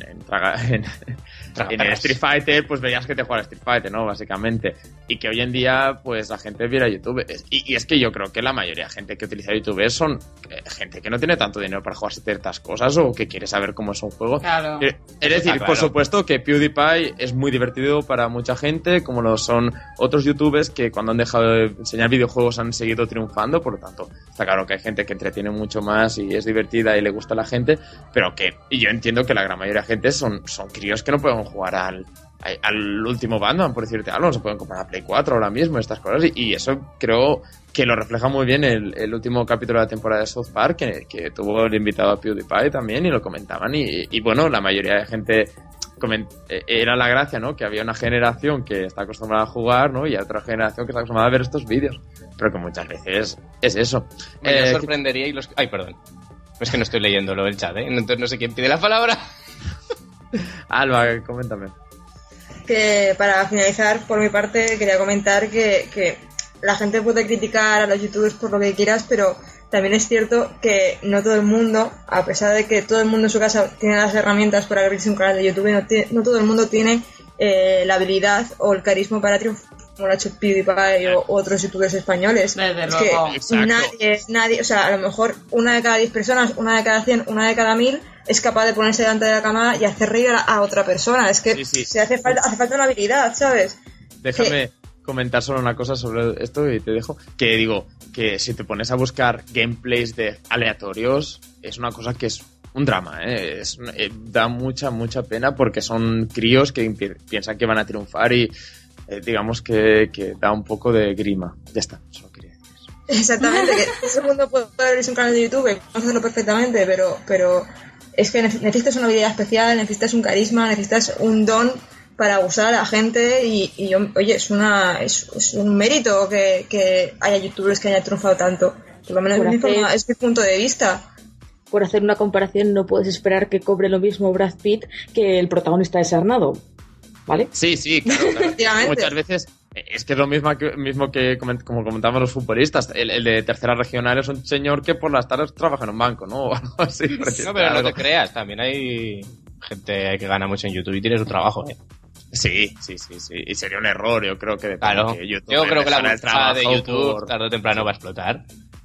el Street Fighter, pues veías que te jugara Street Fighter, ¿no? Básicamente. Y que hoy en día, pues la gente viera YouTube. Y es que yo creo que la mayoría de gente que utiliza YouTube son gente que no tiene tanto dinero para jugar ciertas cosas o que quiere saber cómo es un juego. Claro. Es decir, claro, por supuesto que PewDiePie es muy divertido para mucha gente, como lo son otros YouTubers que cuando han dejado de enseñar videojuegos han seguido triunfando. Por lo tanto, está claro que hay gente que entretiene mucho más y es divertida y le gusta a la gente, pero y yo entiendo que la gran mayoría de gente son críos que no pueden jugar al último Batman, por decirte algo, no se pueden comprar a Play 4 ahora mismo, estas cosas, y eso creo que lo refleja muy bien el último capítulo de la temporada de South Park, que tuvo el invitado a PewDiePie también, y lo comentaban, y bueno, la mayoría de gente era la gracia, ¿no? Que había una generación que está acostumbrada a jugar, ¿no? Y otra generación que está acostumbrada a ver estos vídeos, pero que muchas veces es eso. Me sorprendería Ay, perdón. Es que no estoy leyéndolo el chat, ¿eh? Entonces no sé quién pide la palabra. Alba, coméntame. Que para finalizar, por mi parte, quería comentar que la gente puede criticar a los youtubers por lo que quieras, pero también es cierto que no todo el mundo, a pesar de que todo el mundo en su casa tiene las herramientas para abrirse un canal de YouTube, no todo el mundo tiene la habilidad o el carisma para triunfar, como lo ha hecho PewDiePie o otros youtubers españoles. Es que nadie, o sea, a lo mejor una de cada 10 personas, una de cada 100, una de cada 1000 es capaz de ponerse delante de la cámara y hacer reír a otra persona. Es que sí. hace falta una habilidad, ¿sabes? Déjame comentar solo una cosa sobre esto y te dejo. Que digo, que si te pones a buscar gameplays de aleatorios, es una cosa que es un drama, ¿eh? Da mucha pena porque son críos que piensan que van a triunfar y digamos que da un poco de grima. Ya está, solo quería decir eso. Exactamente, que todo el mundo puede abrirse un canal de YouTube, hacerlo perfectamente, pero es que necesitas una habilidad especial, necesitas un carisma, necesitas un don para gustar a la gente y oye, es un mérito que haya youtubers que hayan triunfado tanto. Por lo menos es mi punto de vista. Por hacer una comparación, no puedes esperar que cobre lo mismo Brad Pitt que el protagonista de Sarnado, ¿vale? Sí, claro. Muchas veces es que es lo mismo que como comentaban los futbolistas. El de tercera regional es un señor que por las tardes trabaja en un banco, ¿no? O algo así. No, pero no te creas, también hay gente que gana mucho en YouTube y tiene su trabajo, ¿eh? Sí. Y sería un error, yo creo que claro. Yo creo que la bolsa de YouTube tarde o temprano va a explotar.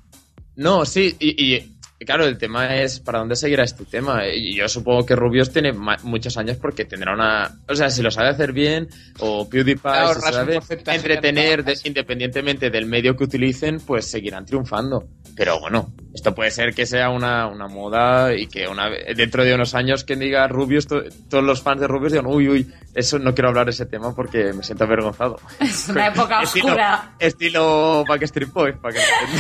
No, sí, y claro, el tema es ¿para dónde seguirá este tema? Y yo supongo que Rubius tiene muchos años porque tendrá una... O sea, si lo sabe hacer bien, o PewDiePie se sabe entretener independientemente del medio que utilicen, pues seguirán triunfando. Pero bueno, esto puede ser que sea una moda y que dentro de unos años que diga Rubius, todos los fans de Rubius digan uy, eso no quiero hablar de ese tema porque me siento avergonzado. Es una época oscura. Estilo Backstreet Boys, para que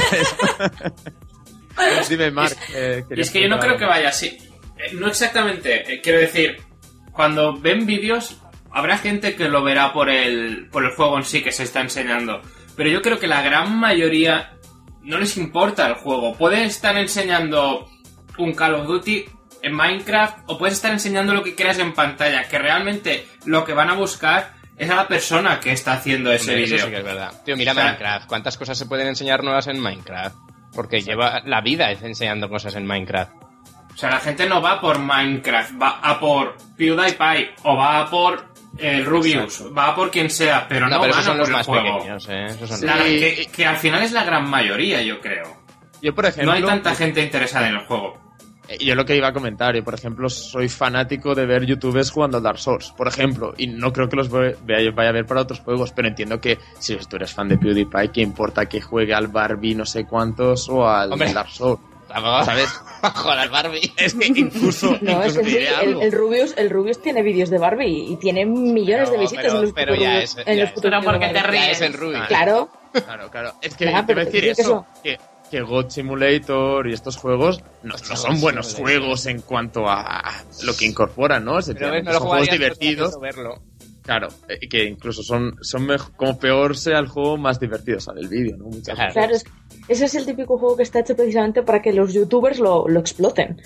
dime, Mark. Y es que yo no creo que vaya así. No exactamente. Quiero decir, cuando ven vídeos, habrá gente que lo verá por el juego en sí que se está enseñando. Pero yo creo que la gran mayoría no les importa el juego. Pueden estar enseñando un Call of Duty en Minecraft o puedes estar enseñando lo que quieras en pantalla. Que realmente lo que van a buscar es a la persona que está haciendo ese vídeo. Eso sí que es verdad. Tío, mira Minecraft. ¿Cuántas cosas se pueden enseñar nuevas en Minecraft? Porque lleva la vida enseñando cosas en Minecraft. O sea, la gente no va por Minecraft, va a por PewDiePie o va a por Rubius, exacto, va a por quien sea, pero no pero van esos son a los por más el juego. Pequeños, esos son que al final es la gran mayoría, yo creo. Yo, por ejemplo, no hay tanta gente interesada en el juego. Yo lo que iba a comentar, yo por ejemplo soy fanático de ver youtubers jugando al Dark Souls, por ejemplo, y no creo que los vaya a ver para otros juegos, pero entiendo que si tú eres fan de PewDiePie, ¿qué importa que juegue al Barbie no sé cuántos o al Dark Souls? Tampoco, ¿sabes? Joder, Barbie. Es que incluso, No, es incluso que te diré algo. el Rubius tiene vídeos de Barbie y tiene millones de visitas en los pero putos ya Rubius- es- en ya los es- putos Pero vídeos porque de te Barbie. Ya ríes. es el Rubius. Claro. Claro. Es que Ya, te pero voy a decir es que eso, que God Simulator y estos juegos no son buenos Simulator. juegos en cuanto a lo que incorporan, ¿no? Pero ves, no Son lo juegos jugarías divertidos. verlo. Claro, y que incluso son como peor sea el juego, más divertido sale el vídeo, ¿no? Muchas Claro. veces. Claro, ese es el típico juego que está hecho precisamente para que los youtubers lo exploten.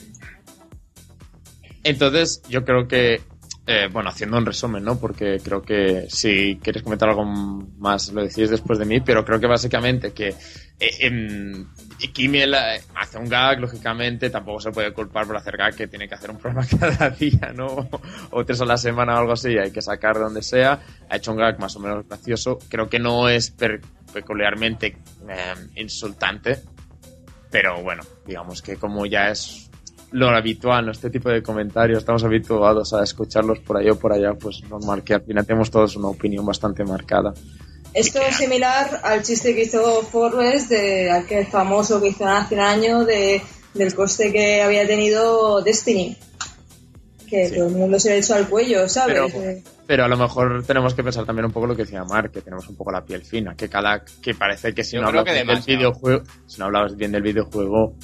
Entonces, yo creo que, bueno, haciendo un resumen, ¿no? Porque creo que si quieres comentar algo más, lo decís después de mí, pero creo que básicamente que Kimmel hace un gag, lógicamente, tampoco se puede culpar por hacer gag, que tiene que hacer un programa cada día, ¿no? O 3 a la semana o algo así, hay que sacar de donde sea. Ha hecho un gag más o menos gracioso. Creo que no es peculiarmente insultante, pero bueno, digamos que como ya es lo habitual, ¿no? Este tipo de comentarios, estamos habituados a escucharlos por ahí o por allá, pues normal que al final tenemos todos una opinión bastante marcada. Esto es similar al chiste que hizo Forbes, de aquel famoso que hizo hace un año del coste que había tenido Destiny. Que Sí. todo el mundo se le echó al cuello, ¿sabes? Pero a lo mejor tenemos que pensar también un poco lo que decía Mark, que tenemos un poco la piel fina, que parece que si Yo no creo hablas que bien del demasiado. videojuego, si no hablabas bien del videojuego,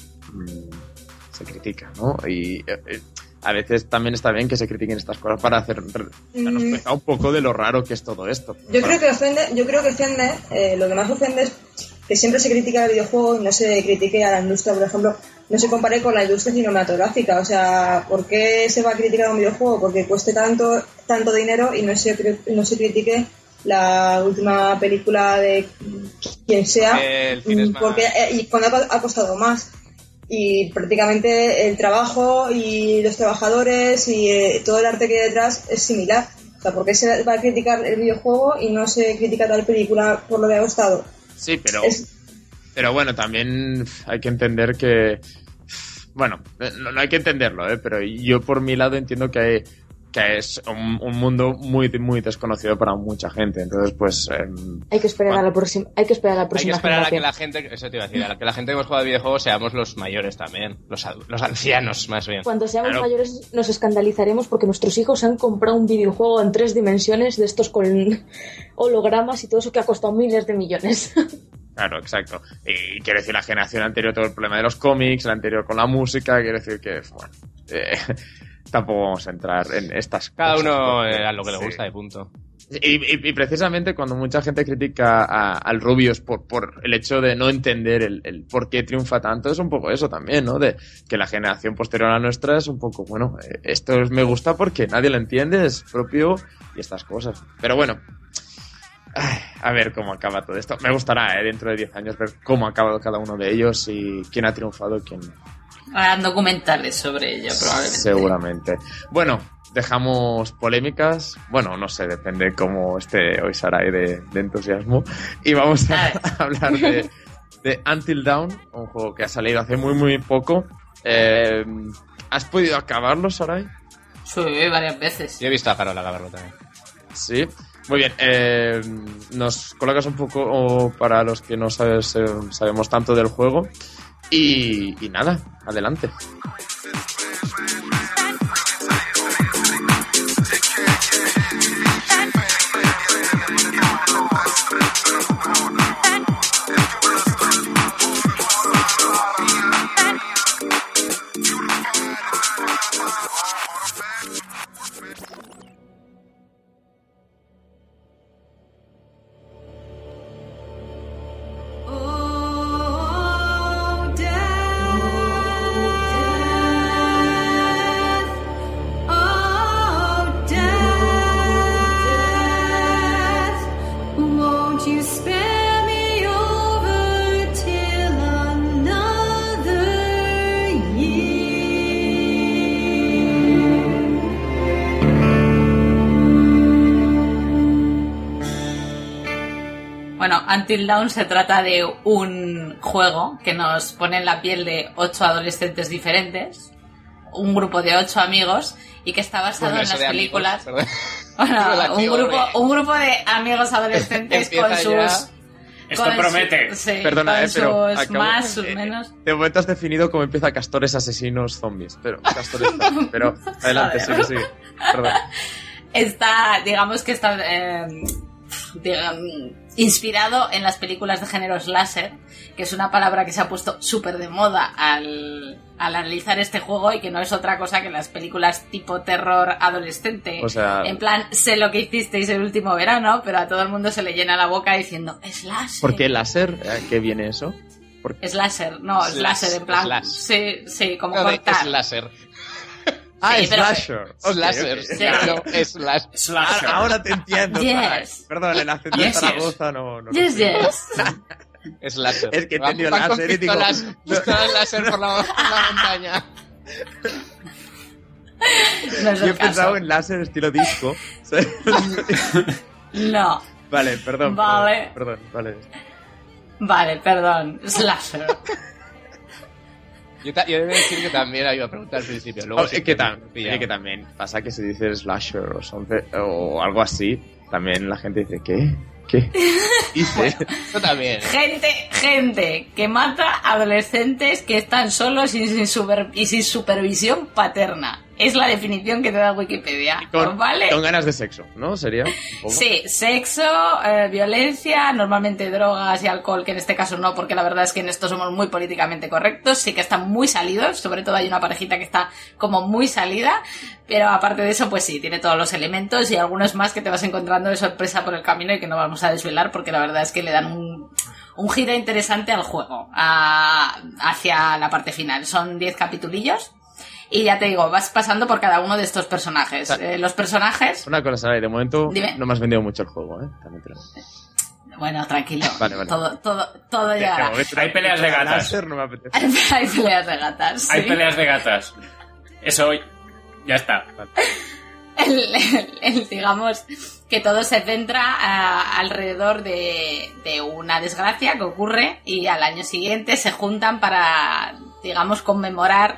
se critica, ¿no? Y a veces también está bien que se critiquen estas cosas para darnos cuenta un poco de lo raro que es todo esto. Yo creo que ofende, lo que más ofende es que siempre se critica el videojuego y no se critique a la industria, por ejemplo, no se compare con la industria cinematográfica. O sea, ¿por qué se va a criticar un videojuego? Porque cueste tanto dinero y no se critique la última película de quien sea, El cine es más- porque y cuando ha costado más. Y prácticamente el trabajo y los trabajadores y todo el arte que hay detrás es similar. O sea, ¿por qué se va a criticar el videojuego y no se critica tal película por lo que ha costado? Sí, pero Es- Pero bueno, también hay que entender que... Bueno, no hay que entenderlo, pero yo por mi lado entiendo que es un mundo muy, muy desconocido para mucha gente. Entonces, pues... Hay que esperar a la próxima. Hay que esperar a la Hay que próxima esperar a que generación. la gente, eso te iba a decir, a que la gente que hemos jugado a videojuegos seamos los mayores también, los ancianos más bien. Cuando seamos Claro. mayores nos escandalizaremos porque nuestros hijos han comprado un videojuego en 3 dimensiones de estos con hologramas y todo eso que ha costado miles de millones. Claro, exacto. Y quiero decir, la generación anterior todo el problema de los cómics, la anterior con la música, quiero decir que, bueno, tampoco vamos a entrar en estas Cada cosas. uno porque- a lo que le sí. gusta, de punto. Y precisamente cuando mucha gente critica al Rubius por el hecho de no entender el por qué triunfa tanto, es un poco eso también, ¿no? De que la generación posterior a la nuestra es un poco, bueno, me gusta porque nadie lo entiende, es propio y estas cosas. Pero bueno, a ver cómo acaba todo esto. Me gustará, dentro de 10 años ver cómo ha acabado cada uno de ellos y quién ha triunfado y quién no. Harán documentales sobre ello, probablemente. Seguramente. Bueno, dejamos polémicas. Bueno, no sé, depende cómo esté hoy Sarai de entusiasmo. Y vamos a hablar de Until Dawn, un juego que ha salido hace muy, muy poco. ¿Has podido acabarlo, Sarai? Sí, varias veces. Yo he visto a Carola acabarlo también. Sí. Muy bien. Nos colocas un poco para los que no sabemos tanto del juego. Y nada, adelante. Bueno, Until Dawn se trata de un juego que nos pone en la piel de 8 adolescentes diferentes, un grupo de 8 amigos, y que está basado en las películas. Amigos, Bueno, un grupo de amigos adolescentes con Empieza ya. sus Esto promete. Sí, Perdona, con pero sus acabo- más, sus menos. De momento has definido cómo empieza Castores Asesinos Zombies. Pero adelante, Joder. sigue. Perdón. Está, digamos que está inspirado en las películas de género slasher, que es una palabra que se ha puesto súper de moda al analizar este juego y que no es otra cosa que las películas tipo terror adolescente. O sea- en plan, sé lo que hicisteis el último verano, pero a todo el mundo se le llena la boca diciendo slasher. ¿Por qué láser? ¿A qué viene eso? ¿Por qué? Slasher, no, Slash, slasher, en plan. slash. Sí, como No, de cortar. slasher. Ah, Sí, pero- slasher. Ok, Slasher. ok. Sí. Claro, slash. Slasher. Ahora te entiendo. Yes. Perdón, el acento de Yes, Zaragoza no. Yes, yes. Slasher. Es que he Van- entendido van con láser y digo- pistolas láser por la montaña. No es Yo he el caso. pensado en láser estilo disco. No. Vale, perdón. Vale. Perdón, vale. Vale, perdón. Slasher. Yo debo decir que también iba a preguntar al principio. Luego Oh, sí que también pasa que se dice slasher o algo así, también la gente dice, ¿qué? ¿Qué? Dice. Yo también. Gente que mata adolescentes que están solos y sin supervisión paterna. Es la definición que te da Wikipedia. ¿Vale? Con ganas de sexo, ¿no? Sería. Un poco. Sí, sexo, violencia, normalmente drogas y alcohol, que en este caso no, porque la verdad es que en esto somos muy políticamente correctos, sí que están muy salidos, sobre todo hay una parejita que está como muy salida, pero aparte de eso, pues sí, tiene todos los elementos y algunos más que te vas encontrando de sorpresa por el camino y que no vamos a desvelar, porque la verdad es que le dan un giro interesante al juego, hacia la parte final. Son 10 capitulillos. Y ya te digo, vas pasando por cada uno de estos personajes. Los personajes... Una cosa, Saray, de momento Dime. no me has vendido mucho el juego, ¿eh? También te lo digo. Bueno, tranquilo. Vale. Todo llegará. Hay peleas de gatas. Láser no me apetece. Hay peleas de gatas. ¿sí? Hay peleas de gatas. Eso ya está. Digamos que todo se centra alrededor de una desgracia que ocurre y al año siguiente se juntan para, digamos, conmemorar.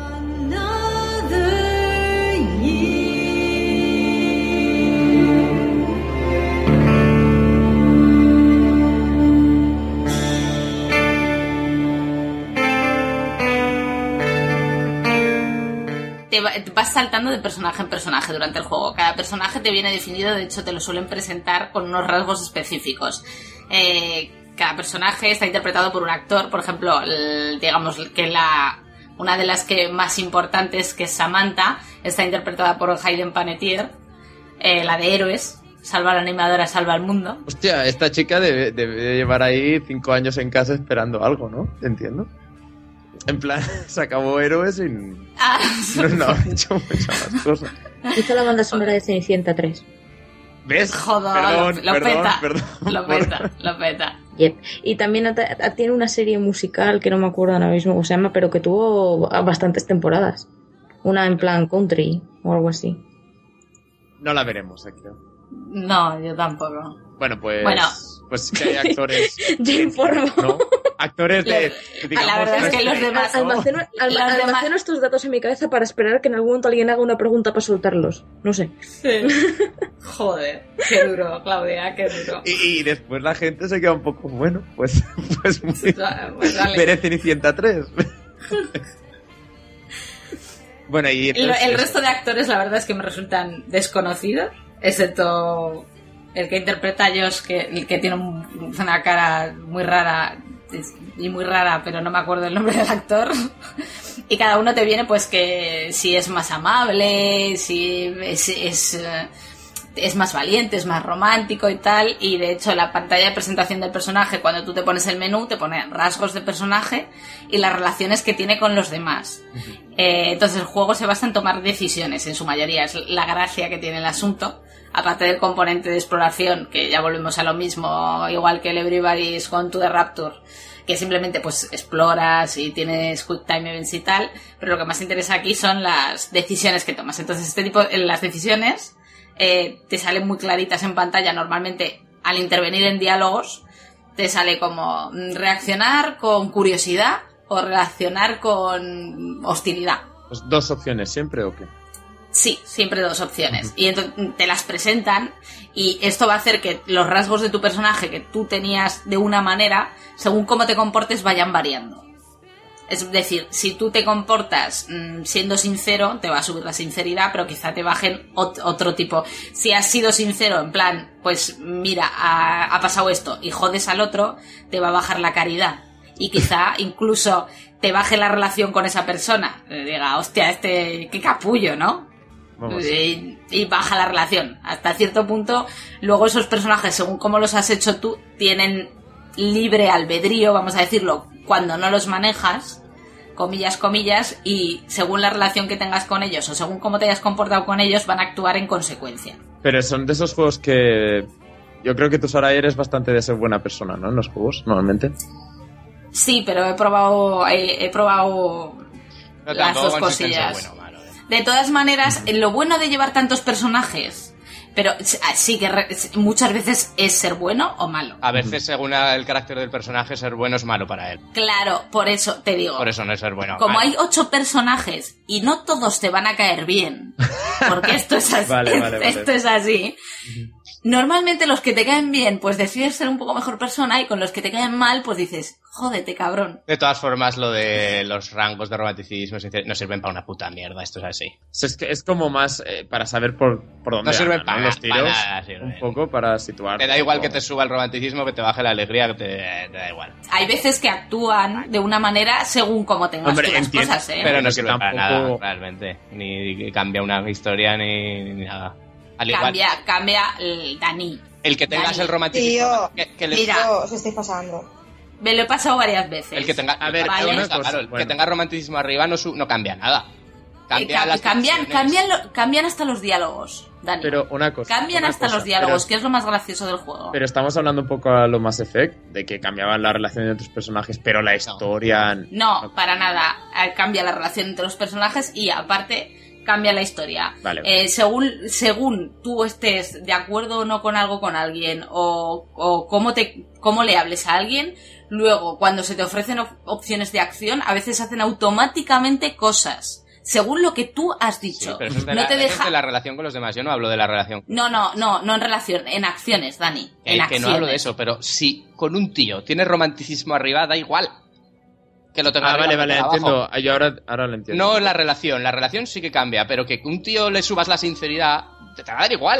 Te vas saltando de personaje en personaje durante el juego. Cada personaje te viene definido, de hecho te lo suelen presentar con unos rasgos específicos. Cada personaje está interpretado por un actor, por ejemplo, digamos que una de las que más importantes, que es Samantha, está interpretada por Hayden Panettiere, la de Héroes, salva a la animadora, salva al mundo. Hostia, esta chica debe llevar ahí 5 años en casa esperando algo, ¿no? Entiendo. En plan, se acabó Héroes y no ha hecho muchas más cosas. Hizo la banda sonora de Cenicienta 3. ¿Ves? Joder, lo peta. Perdón. Lo peta. Yep. Y también tiene una serie musical que no me acuerdo ahora mismo cómo se llama, pero que tuvo bastantes temporadas. Una en plan country o algo así. No la veremos, creo. No, yo tampoco. Bueno, Bueno. pues que hay actores, Yo informo. ¿no? Actores de... digamos, la verdad es que los este demás- caso- Almaceno estos datos en mi cabeza para esperar que en algún momento alguien haga una pregunta para soltarlos. No sé. Joder, qué duro, Claudia, qué duro. Y después la gente se queda un poco, bueno, pues muy... Pues vale. Veré Cenicienta 3. Bueno, y entonces, El resto de actores, la verdad es que me resultan desconocidos, excepto el que interpreta a Josh, que tiene una cara muy rara, pero no me acuerdo el nombre del actor. Y cada uno te viene, pues, que si es más amable, si es más valiente, es más romántico y tal. Y de hecho, la pantalla de presentación del personaje, cuando tú te pones el menú, te pone rasgos de personaje y las relaciones que tiene con los demás. Entonces el juego se basa en tomar decisiones, en su mayoría. Es la gracia que tiene el asunto. Aparte del componente de exploración, que ya volvemos a lo mismo, igual que el Everybody's Gone to the Rapture, que simplemente pues exploras y tienes quick time events y tal, pero lo que más interesa aquí son las decisiones que tomas. Entonces las decisiones te salen muy claritas en pantalla. Normalmente al intervenir en diálogos te sale como reaccionar con curiosidad o reaccionar con hostilidad. pues, 2 opciones siempre, ¿o qué? Sí, siempre 2 opciones. Y entonces te las presentan y esto va a hacer que los rasgos de tu personaje que tú tenías de una manera, según cómo te comportes, vayan variando. Es decir, si tú te comportas siendo sincero, te va a subir la sinceridad, pero quizá te bajen otro tipo. Si has sido sincero, en plan, pues mira, ha pasado esto y jodes al otro, te va a bajar la caridad. Y quizá incluso te baje la relación con esa persona. Diga, hostia, qué capullo, ¿no? Y baja la relación. Hasta cierto punto, luego esos personajes, según cómo los has hecho tú, tienen libre albedrío, vamos a decirlo, cuando no los manejas, comillas, y según la relación que tengas con ellos o según cómo te hayas comportado con ellos, van a actuar en consecuencia. Pero son de esos juegos que... Yo creo que tú, Soraya, eres bastante de ser buena persona, ¿no? En los juegos, normalmente. Sí, pero he probado No, las dos cosillas. Bueno, malo, De todas maneras, lo bueno de llevar tantos personajes... Pero sí que muchas veces es ser bueno o malo. A veces, según el carácter del personaje, ser bueno es malo para él. Claro, por eso te digo. Por eso no es ser bueno. Como vale. hay 8 personajes y no todos te van a caer bien, porque esto es así. Esto es así. Normalmente los que te caen bien, pues decides ser un poco mejor persona, y con los que te caen mal, pues dices, jódete, cabrón. De todas formas, lo de los rangos de romanticismo no sirven para una puta mierda, esto es así. Es como más para saber por dónde no sirven andan, ¿no? Los tiros, para nada, un poco para situar. Te da igual que te suba el romanticismo, que te baje la alegría, que te da igual. Hay veces que actúan de una manera según cómo tengas tú las cosas, ¿eh? Pero no sirve para nada, realmente. Ni cambia una historia, ni nada. Cambia el Dani. El que tengas Dani. El romanticismo... Tío, Mira, os estáis pasando. Me lo he pasado varias veces. El que tenga... A ver, ¿vale? una cosa, Claro, el que tenga romanticismo arriba no cambia nada. Cambian hasta los diálogos, Dani. Pero una cosa. Cambian hasta los diálogos, que es lo más gracioso del juego. Pero estamos hablando un poco a lo Mass Effect, de que cambiaban la relación entre los personajes, pero la historia... No, para nada. Cambia la relación entre los personajes y, aparte, cambia la historia. Vale. Según tú estés de acuerdo o no con algo con alguien, o cómo le hables a alguien, luego, cuando se te ofrecen opciones de acción, a veces hacen automáticamente cosas. Según lo que tú has dicho. Sí, pero eso es de la relación con los demás. Yo no hablo de la relación. No en relación, en acciones, Dani. Que no hablo de eso, pero si con un tío tienes romanticismo arriba, da igual que lo tenga arriba. Vale, entiendo. Yo ahora lo entiendo. No la relación sí que cambia, pero que un tío le subas la sinceridad, te va a dar igual.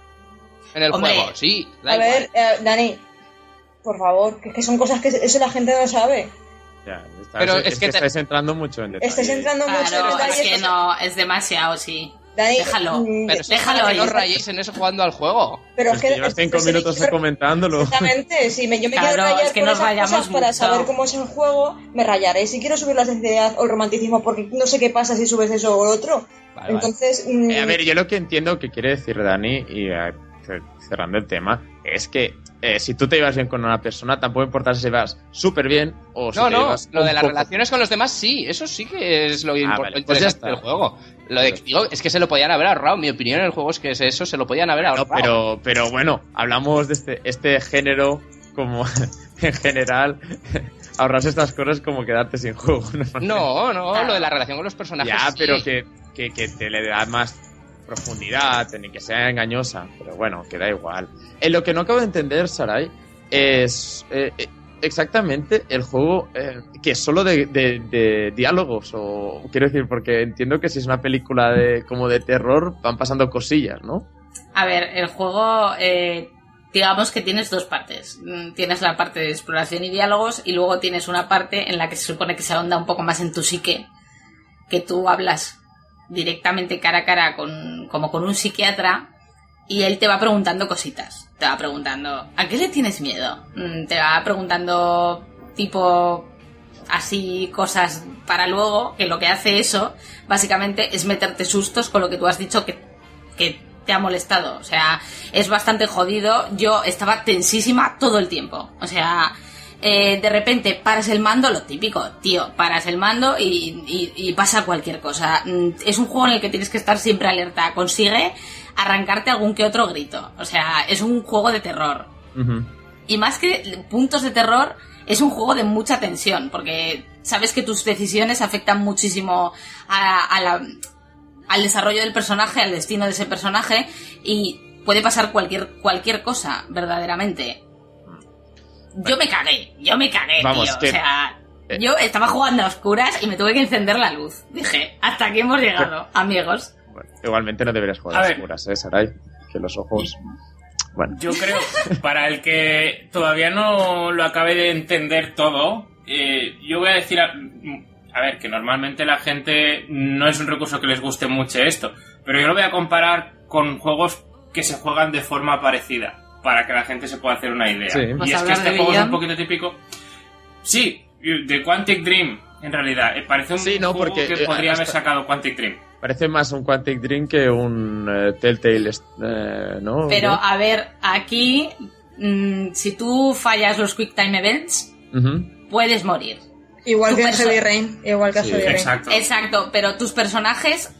En el juego, sí. Da igual. A ver, Dani, por favor, que son cosas que eso la gente no sabe. Ya, pero es que estáis entrando mucho en detalle. Estáis entrando mucho en detalle. Es que no, es demasiado, sí. Dani, déjalo. Pero déjalo que ahí. no rayéis en eso jugando al juego. Pero es que llevas 5 minutos comentándolo. Exactamente, si yo me quiero Claro, rayar es que por nos esas rayamos cosas para mucho. saber cómo es el juego, me rayaré. Si quiero subir la sinceridad o el romanticismo porque no sé qué pasa si subes eso o lo otro. Vale, entonces... A ver, yo lo que entiendo que quiere decir Dani, y cerrando el tema, es que si tú te llevas bien con una persona, tampoco importa si te llevas súper bien o si te llevas lo de las poco. relaciones con los demás sí, eso sí que es lo vale, interesante pues ya está. del juego. Lo de, digo, es que se lo podían haber ahorrado. Mi opinión en el juego es que eso se lo podían haber ahorrado. Pero bueno, hablamos de este género como en general. Ahorrarse estas cosas como quedarte sin juego. No, lo de la relación con los personajes. Ya, sí. pero que te le da más profundidad, ni que sea engañosa, pero bueno, que da igual. Lo que no acabo de entender, Sarai, es exactamente el juego que es solo de diálogos, o quiero decir, porque entiendo que si es una película como de terror, van pasando cosillas, ¿no? A ver, el juego, digamos que tienes 2 partes. Tienes la parte de exploración y diálogos, y luego tienes una parte en la que se supone que se ahonda un poco más en tu psique, que tú hablas directamente cara a cara como con un psiquiatra, y él te va preguntando cositas. Te va preguntando, ¿a qué le tienes miedo? Te va preguntando tipo así cosas para luego, que lo que hace eso básicamente es meterte sustos con lo que tú has dicho que te ha molestado. O sea, es bastante jodido. Yo estaba tensísima todo el tiempo. O sea, de repente paras el mando, lo típico, tío, paras el mando y pasa cualquier cosa. Es un juego en el que tienes que estar siempre alerta. Consigue arrancarte algún que otro grito. O sea, es un juego de terror. Uh-huh. Y más que puntos de terror, es un juego de mucha tensión, porque sabes que tus decisiones afectan muchísimo a al desarrollo del personaje, al destino de ese personaje, y puede pasar cualquier cosa, verdaderamente. Yo me cagué, Vamos, tío. O sea, yo estaba jugando a oscuras y me tuve que encender la luz. Dije, hasta aquí hemos llegado, amigos. Bueno, igualmente no deberías jugar a oscuras, Sarai, que los ojos... Bueno. Yo creo, para el que todavía no lo acabe de entender todo, yo voy a decir, a ver, que normalmente la gente no es un recurso que les guste mucho esto, pero yo lo voy a comparar con juegos que se juegan de forma parecida, para que la gente se pueda hacer una idea. Sí. Y es que este juego es un poquito típico. Sí, de Quantic Dream, en realidad. Parece un juego porque, que podría haber sacado Quantic Dream. Parece más un Quantic Dream que un Telltale, ¿no? Pero, a ver, aquí, si tú fallas los Quick Time Events, puedes morir. Igual que en Heavy Rain. Exacto, pero tus personajes,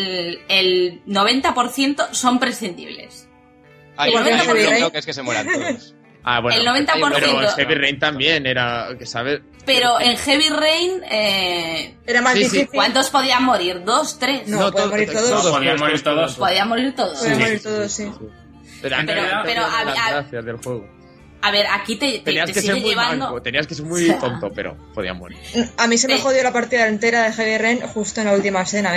el 90% son prescindibles. Igual que en Heavy Rain. Que es que se mueran todos. Bueno, el 90%. Pero en Heavy Rain también era, ¿sabes? Pero en Heavy Rain... era más difícil. ¿Cuántos podían morir? ¿2, 3? No, podían morir todos. Podían morir todos. Podían morir todos. Podían morir todos, sí. Pero las gracias del juego. A ver, aquí te sigue llevando... Manco, tenías que ser muy tonto, pero podían morir. A mí se me jodió la partida entera de Heavy Rain justo en la última escena.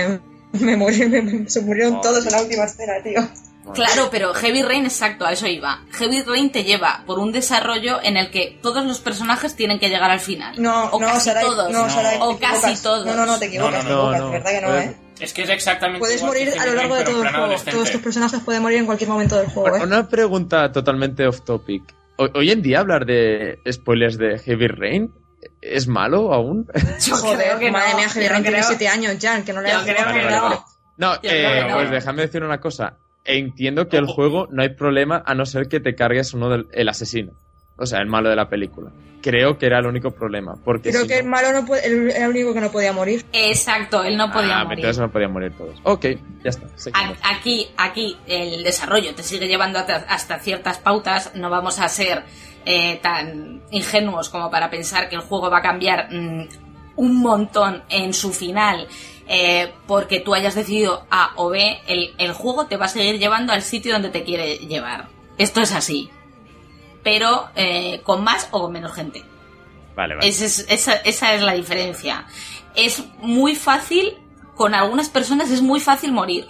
Se murieron todos en la última escena, tío. Claro, pero Heavy Rain, exacto, a eso iba. Heavy Rain te lleva por un desarrollo en el que todos los personajes tienen que llegar al final. Sarai, o casi todos. No, te equivocas, de verdad que no, Es que es exactamente puedes morir a lo largo de todo el juego. Todos tus personajes pueden morir en cualquier momento del juego. Una pregunta totalmente off topic. Hoy en día hablar de spoilers de Heavy Rain ¿es malo aún? Joder, madre mía, Heavy Rain tiene 7 años ya, que no le hagas. No, pues déjame decir una cosa. Entiendo que el juego no hay problema a no ser que te cargues el asesino. O sea, el malo de la película. Creo que era el único problema. Porque creo que el malo era el único que no podía morir. Exacto, él no podía morir. Entonces no podían morir todos. Ok, ya está. Aquí el desarrollo te sigue llevando hasta ciertas pautas. No vamos a ser tan ingenuos como para pensar que el juego va a cambiar un montón en su final. Porque tú hayas decidido A o B, el juego te va a seguir llevando al sitio donde te quiere llevar. Esto es así. Pero con más o con menos gente. Vale. Esa es la diferencia. Es muy fácil, con algunas personas es muy fácil morir.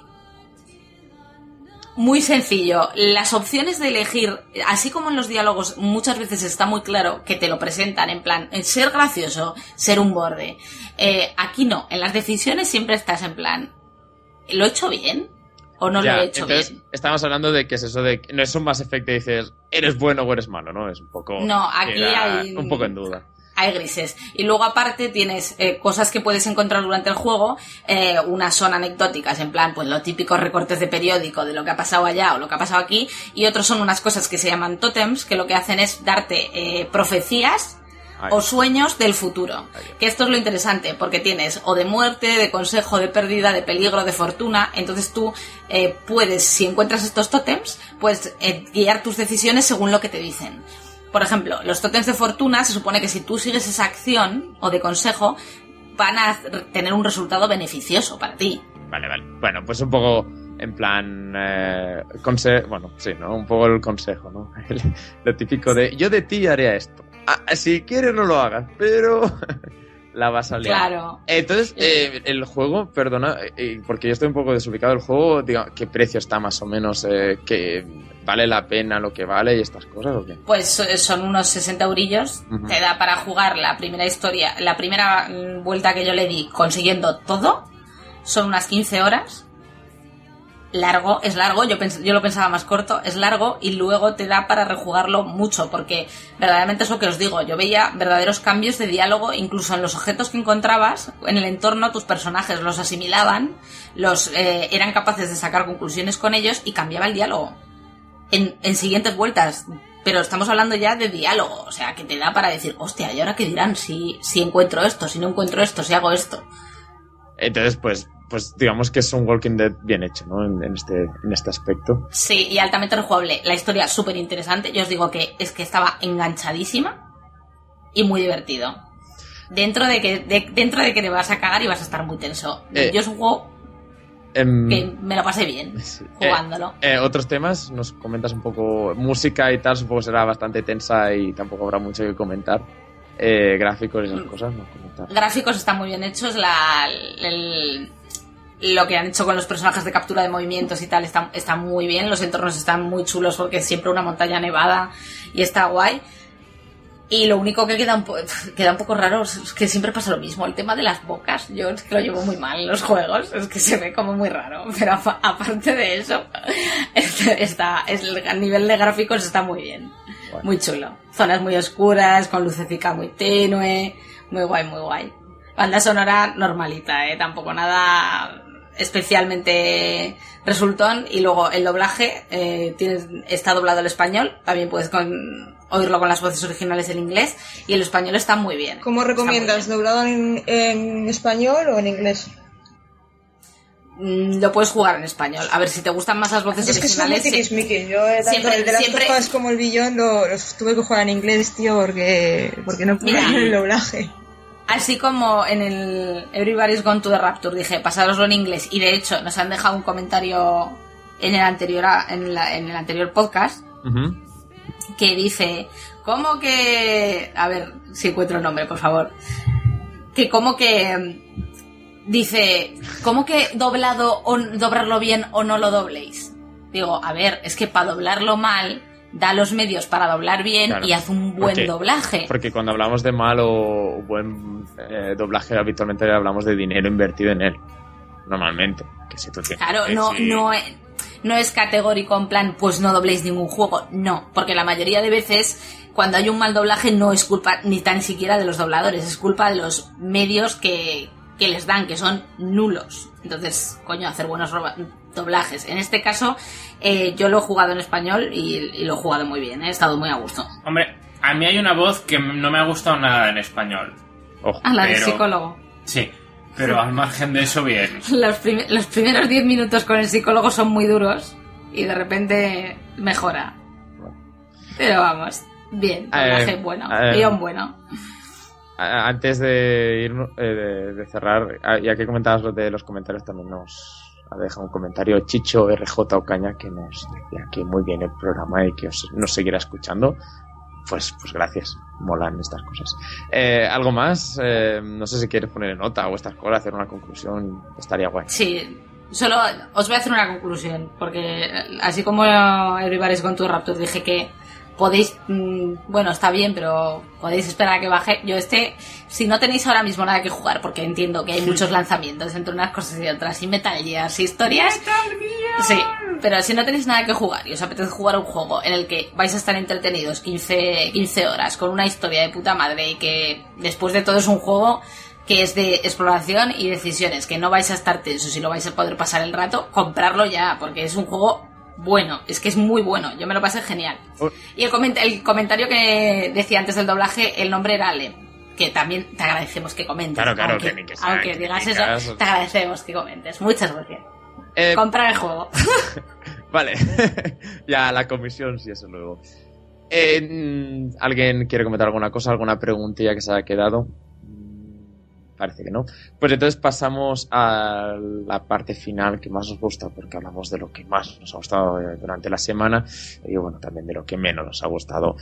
Muy sencillo. Las opciones de elegir, así como en los diálogos muchas veces está muy claro que te lo presentan en plan ser gracioso, ser un borde. Aquí no, en las decisiones siempre estás en plan, ¿lo he hecho bien? ¿O no lo he hecho bien? Estamos hablando de que es eso de no es un Mass Effect que dices eres bueno o eres malo, ¿no? Es un poco... No, aquí hay... un poco en duda. Hay grises. Y luego aparte tienes cosas que puedes encontrar durante el juego, unas son anecdóticas, en plan, pues los típicos recortes de periódico de lo que ha pasado allá o lo que ha pasado aquí, y otros son unas cosas que se llaman tótems, que lo que hacen es darte profecías o sueños del futuro. Que esto es lo interesante, porque tienes o de muerte, de consejo, de pérdida, de peligro, de fortuna. Entonces tú puedes, si encuentras estos tótems, puedes guiar tus decisiones según lo que te dicen. Por ejemplo, los tótems de fortuna se supone que si tú sigues esa acción o de consejo van a tener un resultado beneficioso para ti. Vale. Bueno, pues un poco en plan bueno, sí, ¿no? Un poco el consejo, ¿no? Lo típico de yo de ti haré esto. Si quieres no lo hagas, pero la vas a liar. Claro. Entonces, el juego, perdona, porque yo estoy un poco desubicado, el juego, digamos, ¿qué precio está más o menos? ¿Que vale la pena lo que vale y estas cosas o qué? Pues son unos 60 eurillos. Uh-huh. Te da para jugar la primera historia, la primera vuelta que yo le di consiguiendo todo. Son unas 15 horas. Es largo, yo lo pensaba más corto, es largo y luego te da para rejugarlo mucho, porque verdaderamente es lo que os digo, yo veía verdaderos cambios de diálogo, incluso en los objetos que encontrabas, en el entorno tus personajes los asimilaban, eran capaces de sacar conclusiones con ellos y cambiaba el diálogo en siguientes vueltas, pero estamos hablando ya de diálogo, o sea, que te da para decir, hostia, ¿y ahora qué dirán si encuentro esto, si no encuentro esto, si hago esto? Entonces, pues digamos que es un Walking Dead bien hecho, ¿no? En este aspecto. Sí, y altamente rejugable. La historia súper interesante. Yo os digo que es que estaba enganchadísima y muy divertido. Dentro de que te vas a cagar y vas a estar muy tenso. Yo es un juego que me lo pasé bien jugándolo. Otros temas, nos comentas un poco. Música y tal, supongo que será bastante tensa y tampoco habrá mucho que comentar. Gráficos y esas cosas, no comentar. Gráficos están muy bien hechos, lo que han hecho con los personajes de captura de movimientos y tal está muy bien, los entornos están muy chulos porque es siempre una montaña nevada y está guay. Y lo único que queda un poco raro es que siempre pasa lo mismo, el tema de las bocas. Yo es que lo llevo muy mal en los juegos, es que se ve como muy raro, pero aparte de eso, a nivel de gráficos está muy bien, bueno. Muy chulo. Zonas muy oscuras, con lucecica muy tenue, muy guay, muy guay. Banda sonora normalita, tampoco nada especialmente resultón. Y luego el doblaje está doblado al español, también puedes oírlo con las voces originales en inglés, y el español está muy bien. ¿Cómo recomiendas? ¿Doblado en español o en inglés? Lo puedes jugar en español. A ver, si te gustan más las voces originales. Es que son muy tiquismiquis. Yo tanto el de las cosas como el Billón los tuve que jugar en inglés, tío, porque no pude ver el doblaje. Así como en el Everybody's Gone to the Rapture dije, pasároslo en inglés, y de hecho nos han dejado un comentario en el anterior podcast, que dice, ¿cómo que...? A ver si encuentro el nombre, por favor. Que como que... Dice, ¿cómo que doblarlo bien o no lo dobléis? Digo, a ver, es que para doblarlo mal, da los medios para doblar bien, claro, y haz un buen doblaje. Porque cuando hablamos de mal o buen doblaje, habitualmente hablamos de dinero invertido en él. Normalmente. Que si tú tienes, claro, no es categórico en plan, pues no dobléis ningún juego. No, porque la mayoría de veces, cuando hay un mal doblaje, no es culpa ni tan siquiera de los dobladores, es culpa de los medios que les dan, que son nulos. Entonces, coño, hacer buenos doblajes. En este caso, yo lo he jugado en español y lo he jugado muy bien, he estado muy a gusto. Hombre, a mí hay una voz que no me ha gustado nada en español. La del psicólogo. Sí, pero al margen de eso, bien. Los primeros 10 minutos con el psicólogo son muy duros y de repente mejora. Pero vamos, bien, doblaje bueno, guión bueno. Antes de irnos, de cerrar, ya que comentabas lo de los comentarios, también nos ha dejado un comentario Chicho RJ Ocaña, que nos decía que muy bien el programa y que nos seguirá escuchando. Pues gracias, molan estas cosas. ¿Algo más? No sé si quieres poner nota o estas cosas, hacer una conclusión, estaría guay. Sí, solo os voy a hacer una conclusión, porque así como Everybody's Gone to the Rapture dije que podéis, bueno, está bien, pero podéis esperar a que baje. Yo si no tenéis ahora mismo nada que jugar, porque entiendo que hay muchos lanzamientos entre unas cosas y otras, y Metal Gear, y historias. Sí, pero si no tenéis nada que jugar y os apetece jugar un juego en el que vais a estar entretenidos 15 horas con una historia de puta madre, y que después de todo es un juego que es de exploración y decisiones, que no vais a estar tensos y lo vais a poder pasar el rato, comprarlo ya, porque es un juego bueno, es que es muy bueno, yo me lo pasé genial. Y el comentario que decía antes del doblaje, el nombre era Ale, que también te agradecemos que comentes. Claro, aunque digas eso, te agradecemos que comentes. Muchas gracias. Compra el juego. Vale, ya la comisión, sí, eso luego. ¿Alguien quiere comentar alguna cosa, alguna preguntilla que se haya quedado? Parece que no. Pues entonces pasamos a la parte final que más nos gusta, porque hablamos de lo que más nos ha gustado durante la semana y bueno, también de lo que menos nos ha gustado.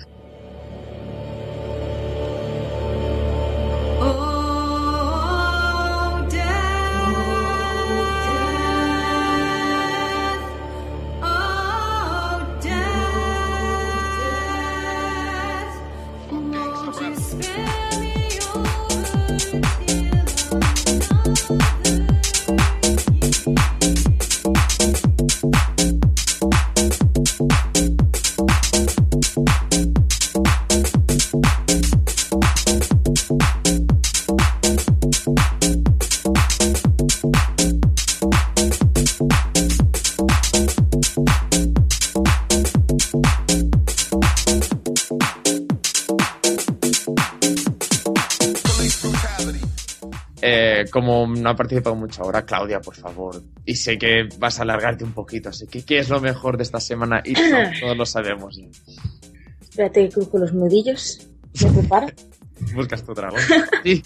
Como no ha participado mucho ahora, Claudia, por favor. Y sé que vas a alargarte un poquito, así que ¿qué es lo mejor de esta semana? Y todos lo sabemos. Espérate que crujo los nudillos. Me preparo. Buscas tu dragón. Sí.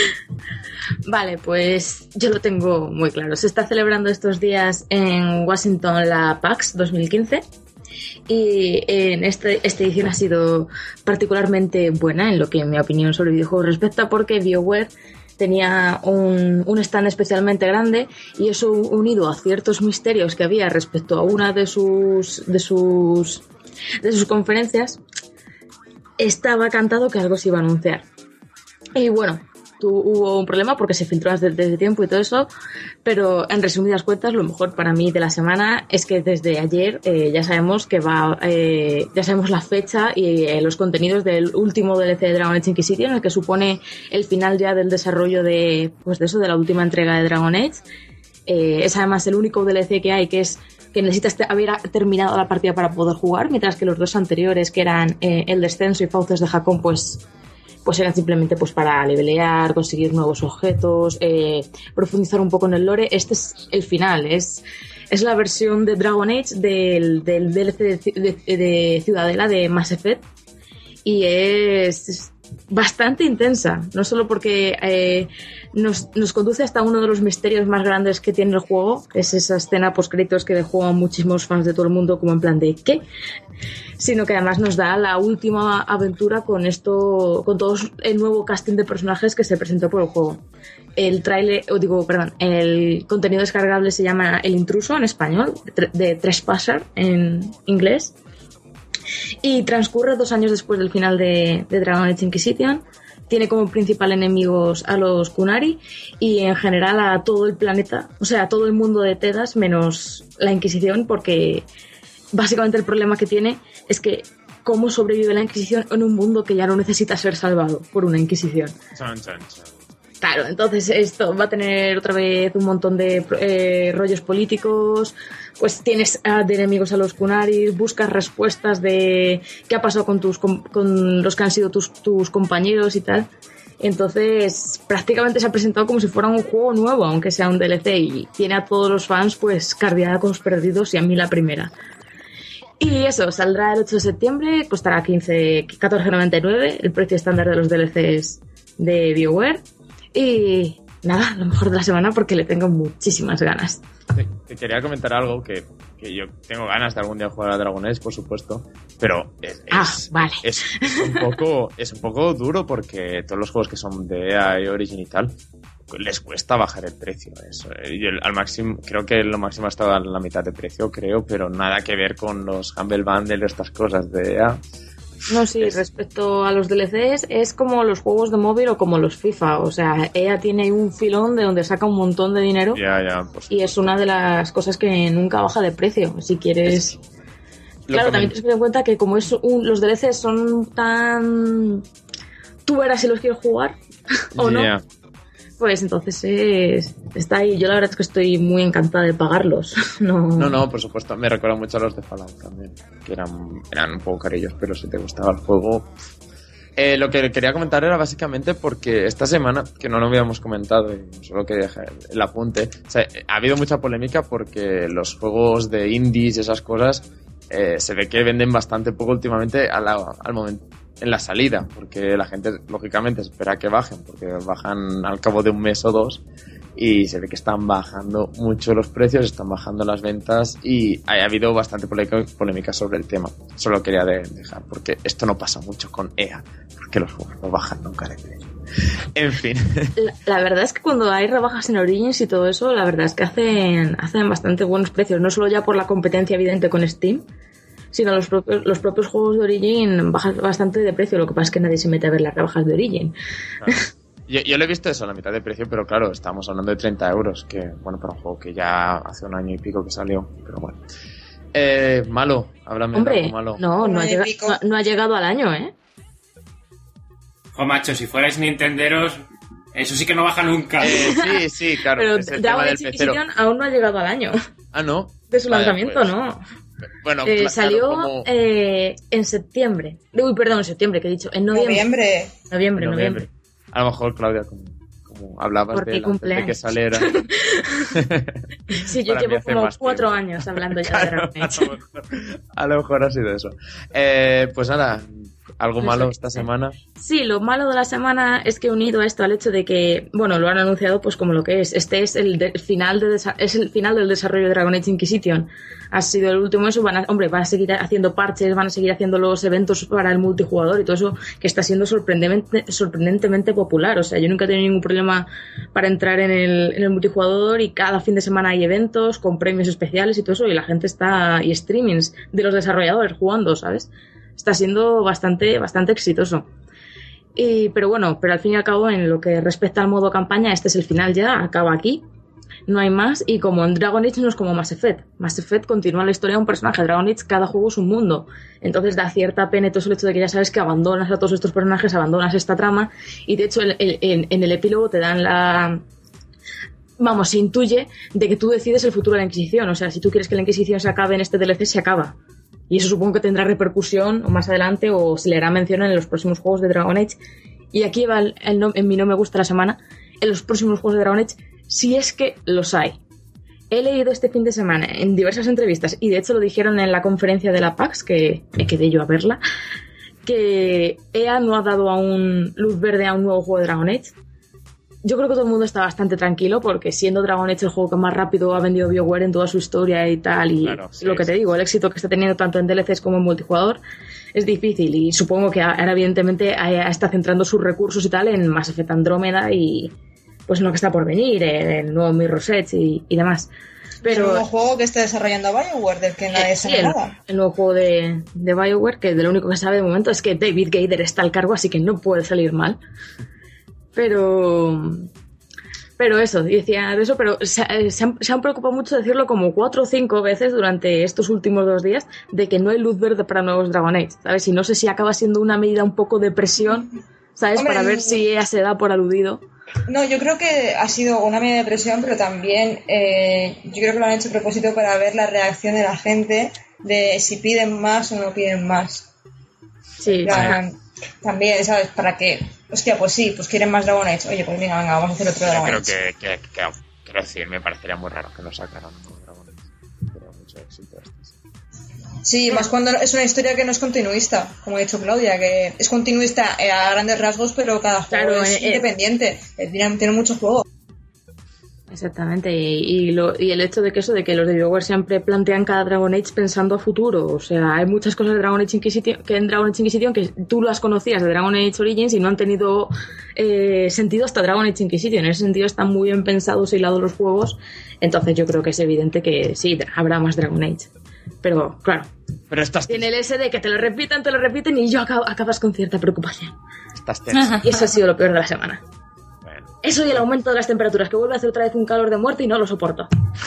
Vale, pues yo lo tengo muy claro. Se está celebrando estos días en Washington la PAX 2015 y en esta edición ha sido particularmente buena en lo que en mi opinión sobre videojuegos respecta, porque BioWare tenía un stand especialmente grande y eso, unido a ciertos misterios que había respecto a una de sus conferencias, estaba cantado que algo se iba a anunciar. Y bueno, hubo un problema porque se filtró desde tiempo y todo eso, pero en resumidas cuentas, lo mejor para mí de la semana es que desde ayer ya sabemos que ya sabemos la fecha y los contenidos del último DLC de Dragon Age Inquisition, el que supone el final ya del desarrollo de la última entrega de Dragon Age. Es además el único DLC que hay que necesitas haber terminado la partida para poder jugar, mientras que los dos anteriores, que eran el descenso y Fauces de Hakon, pues eran simplemente pues para levelear, conseguir nuevos objetos, profundizar un poco en el lore. Este es el final, es la versión de Dragon Age del DLC de Ciudadela de Mass Effect, y es bastante intensa, no solo porque nos conduce hasta uno de los misterios más grandes que tiene el juego, es esa escena post-créditos que dejó a muchísimos fans de todo el mundo como en plan de ¿qué? Sino que además nos da la última aventura con todo el nuevo casting de personajes que se presentó por el juego. El contenido descargable se llama El Intruso en español, de Trespasser en inglés, y transcurre 2 años después del final de Dragon Age Inquisition. Tiene como principal enemigos a los Qunari y en general a todo el planeta, o sea, a todo el mundo de Tedas menos la Inquisición, porque básicamente el problema que tiene es que cómo sobrevive la Inquisición en un mundo que ya no necesita ser salvado por una Inquisición. Chan, chan, chan. Claro, entonces esto va a tener otra vez un montón de rollos políticos, pues tienes de enemigos a los Qunari, buscas respuestas de qué ha pasado con los que han sido tus compañeros y tal. Entonces prácticamente se ha presentado como si fuera un juego nuevo, aunque sea un DLC, y tiene a todos los fans pues cardíacos perdidos, y a mí la primera. Y eso, saldrá el 8 de septiembre, costará $14,99, el precio estándar de los DLCs de BioWare. Y nada, lo mejor de la semana, porque le tengo muchísimas ganas. Te quería comentar algo que yo tengo ganas de algún día jugar a Dragon Age, por supuesto, pero vale. es un poco duro, porque todos los juegos que son de EA y Origin y tal les cuesta bajar el precio. Al máximo, creo que lo máximo ha estado a la mitad de precio, pero nada que ver con los Humble Bundle o estas cosas de EA. No, sí, respecto a los DLCs es como los juegos de móvil o como los FIFA, o sea, EA tiene un filón de donde saca un montón de dinero, y es una de las cosas que nunca baja de precio, si quieres. Claro, también tienes que tener en cuenta que como los DLCs son tan... tú verás si los quieres jugar o no. Pues entonces está ahí. Yo la verdad es que estoy muy encantada de pagarlos. No, por supuesto. Me recuerda mucho a los de Fallout también, que eran un poco carillos, pero si te gustaba el juego... Lo que quería comentar era básicamente porque esta semana, que no lo habíamos comentado y solo quería dejar el apunte, o sea, ha habido mucha polémica porque los juegos de indies y esas cosas se ve que venden bastante poco últimamente al momento, en la salida, porque la gente lógicamente espera que bajen, porque bajan al cabo de un mes o 2, y se ve que están bajando mucho los precios, están bajando las ventas, y ha habido bastante polémica sobre el tema. Solo quería dejar, porque esto no pasa mucho con EA, porque los juegos no bajan nunca de precio. En fin. La verdad es que cuando hay rebajas en Origins y todo eso, la verdad es que hacen bastante buenos precios, no solo ya por la competencia evidente con Steam, sino los propios juegos de Origin bajan bastante de precio. Lo que pasa es que nadie se mete a ver las rebajas de Origin. Claro. Yo lo he visto eso, a la mitad de precio, pero claro, estamos hablando de 30 euros, que bueno, para un juego que ya hace un año y pico que salió, pero bueno. Malo, háblame de algo malo. No ha llegado al año, ¿eh? Macho, si fuerais nintenderos, eso sí que no baja nunca. Sí, claro. Pero es el Dragon tema Age del pecero. Inquisition aún no ha llegado al año. Ah, ¿no? De su lanzamiento, pues, no. Bueno, salió como... en septiembre. Uy, perdón, en septiembre, que he dicho. En noviembre. Noviembre. A lo mejor, Claudia, como hablabas por de que saliera. Sí, yo llevo como 4 años hablando ya de Dragon Age. A lo mejor ha sido eso. Pues nada, ¿Algo malo esta semana? Sí, lo malo de la semana es que unido a esto al hecho de que, bueno, lo han anunciado pues como lo que es. Este es el final del desarrollo de Dragon Age Inquisition. Ha sido el último eso. Van a seguir haciendo parches, van a seguir haciendo los eventos para el multijugador y todo eso, que está siendo sorprendentemente popular. O sea, yo nunca he tenido ningún problema para entrar en el multijugador, y cada fin de semana hay eventos con premios especiales y todo eso, y la gente y streamings de los desarrolladores jugando, ¿sabes? Está siendo bastante exitoso. Pero al fin y al cabo, en lo que respecta al modo campaña, este es el final ya, acaba aquí. No hay más, y como en Dragon Age no es como Mass Effect. Mass Effect continúa la historia de un personaje. Dragon Age, cada juego es un mundo. Entonces da cierta pena todo el hecho de que ya sabes que abandonas a todos estos personajes, abandonas esta trama, y de hecho en el epílogo te dan se intuye de que tú decides el futuro de la Inquisición. O sea, si tú quieres que la Inquisición se acabe en este DLC, se acaba. Y eso supongo que tendrá repercusión o más adelante, o se le hará mención en los próximos juegos de Dragon Age. Y aquí va en mi no me gusta la semana, en los próximos juegos de Dragon Age, si es que los hay. He leído este fin de semana en diversas entrevistas, y de hecho lo dijeron en la conferencia de la PAX, que me quedé yo a verla, que EA no ha dado aún luz verde a un nuevo juego de Dragon Age. Yo creo que todo el mundo está bastante tranquilo, porque siendo Dragon Age el juego que más rápido ha vendido BioWare en toda su historia y tal, y claro, sí, lo que te digo, el éxito que está teniendo tanto en DLCs como en multijugador, es difícil, y supongo que ahora evidentemente está centrando sus recursos y tal en Mass Effect Andrómeda y pues en lo que está por venir, el nuevo Mirror's Edge y demás. Pero el nuevo juego que está desarrollando BioWare, del que nadie sabe nada. El nuevo juego de BioWare, que de lo único que sabe de momento es que David Gaider está al cargo, así que no puede salir mal. Pero eso, decía de eso, pero se han preocupado mucho de decirlo como 4 o 5 veces durante estos últimos 2 días, de que no hay luz verde para nuevos Dragon Age, ¿sabes? Y no sé si acaba siendo una medida un poco de presión, ¿sabes? Hombre, para ver si ella se da por aludido. No, yo creo que ha sido una medida de presión, pero también yo creo que lo han hecho a propósito para ver la reacción de la gente, de si piden más o no piden más. Sí, también, ¿sabes? Para que, hostia, pues sí, pues quieren más Dragon Age. Oye, pues venga, vamos a hacer otro Dragon Age. Creo que quiero decir, me parecería muy raro que lo sacaran con Dragon Age. Pero mucho éxito estos. Sí, más cuando es una historia que no es continuista, como ha dicho Claudia, que es continuista a grandes rasgos, pero cada juego es independiente. Tiene mucho juego. Exactamente, y el hecho de que los de BioWare siempre plantean cada Dragon Age pensando a futuro. O sea, hay muchas cosas de Dragon Age Inquisition que tú las conocías de Dragon Age Origins y no han tenido sentido hasta Dragon Age Inquisition. En ese sentido están muy bien pensados y hilados los juegos. Entonces yo creo que es evidente que sí, habrá más Dragon Age. Pero claro, tiene el ese de que te lo repiten y acabas con cierta preocupación. Estás tenso. Y eso ha sido lo peor de la semana. Eso y el aumento de las temperaturas, que vuelve a hacer otra vez un calor de muerte y no lo soporto.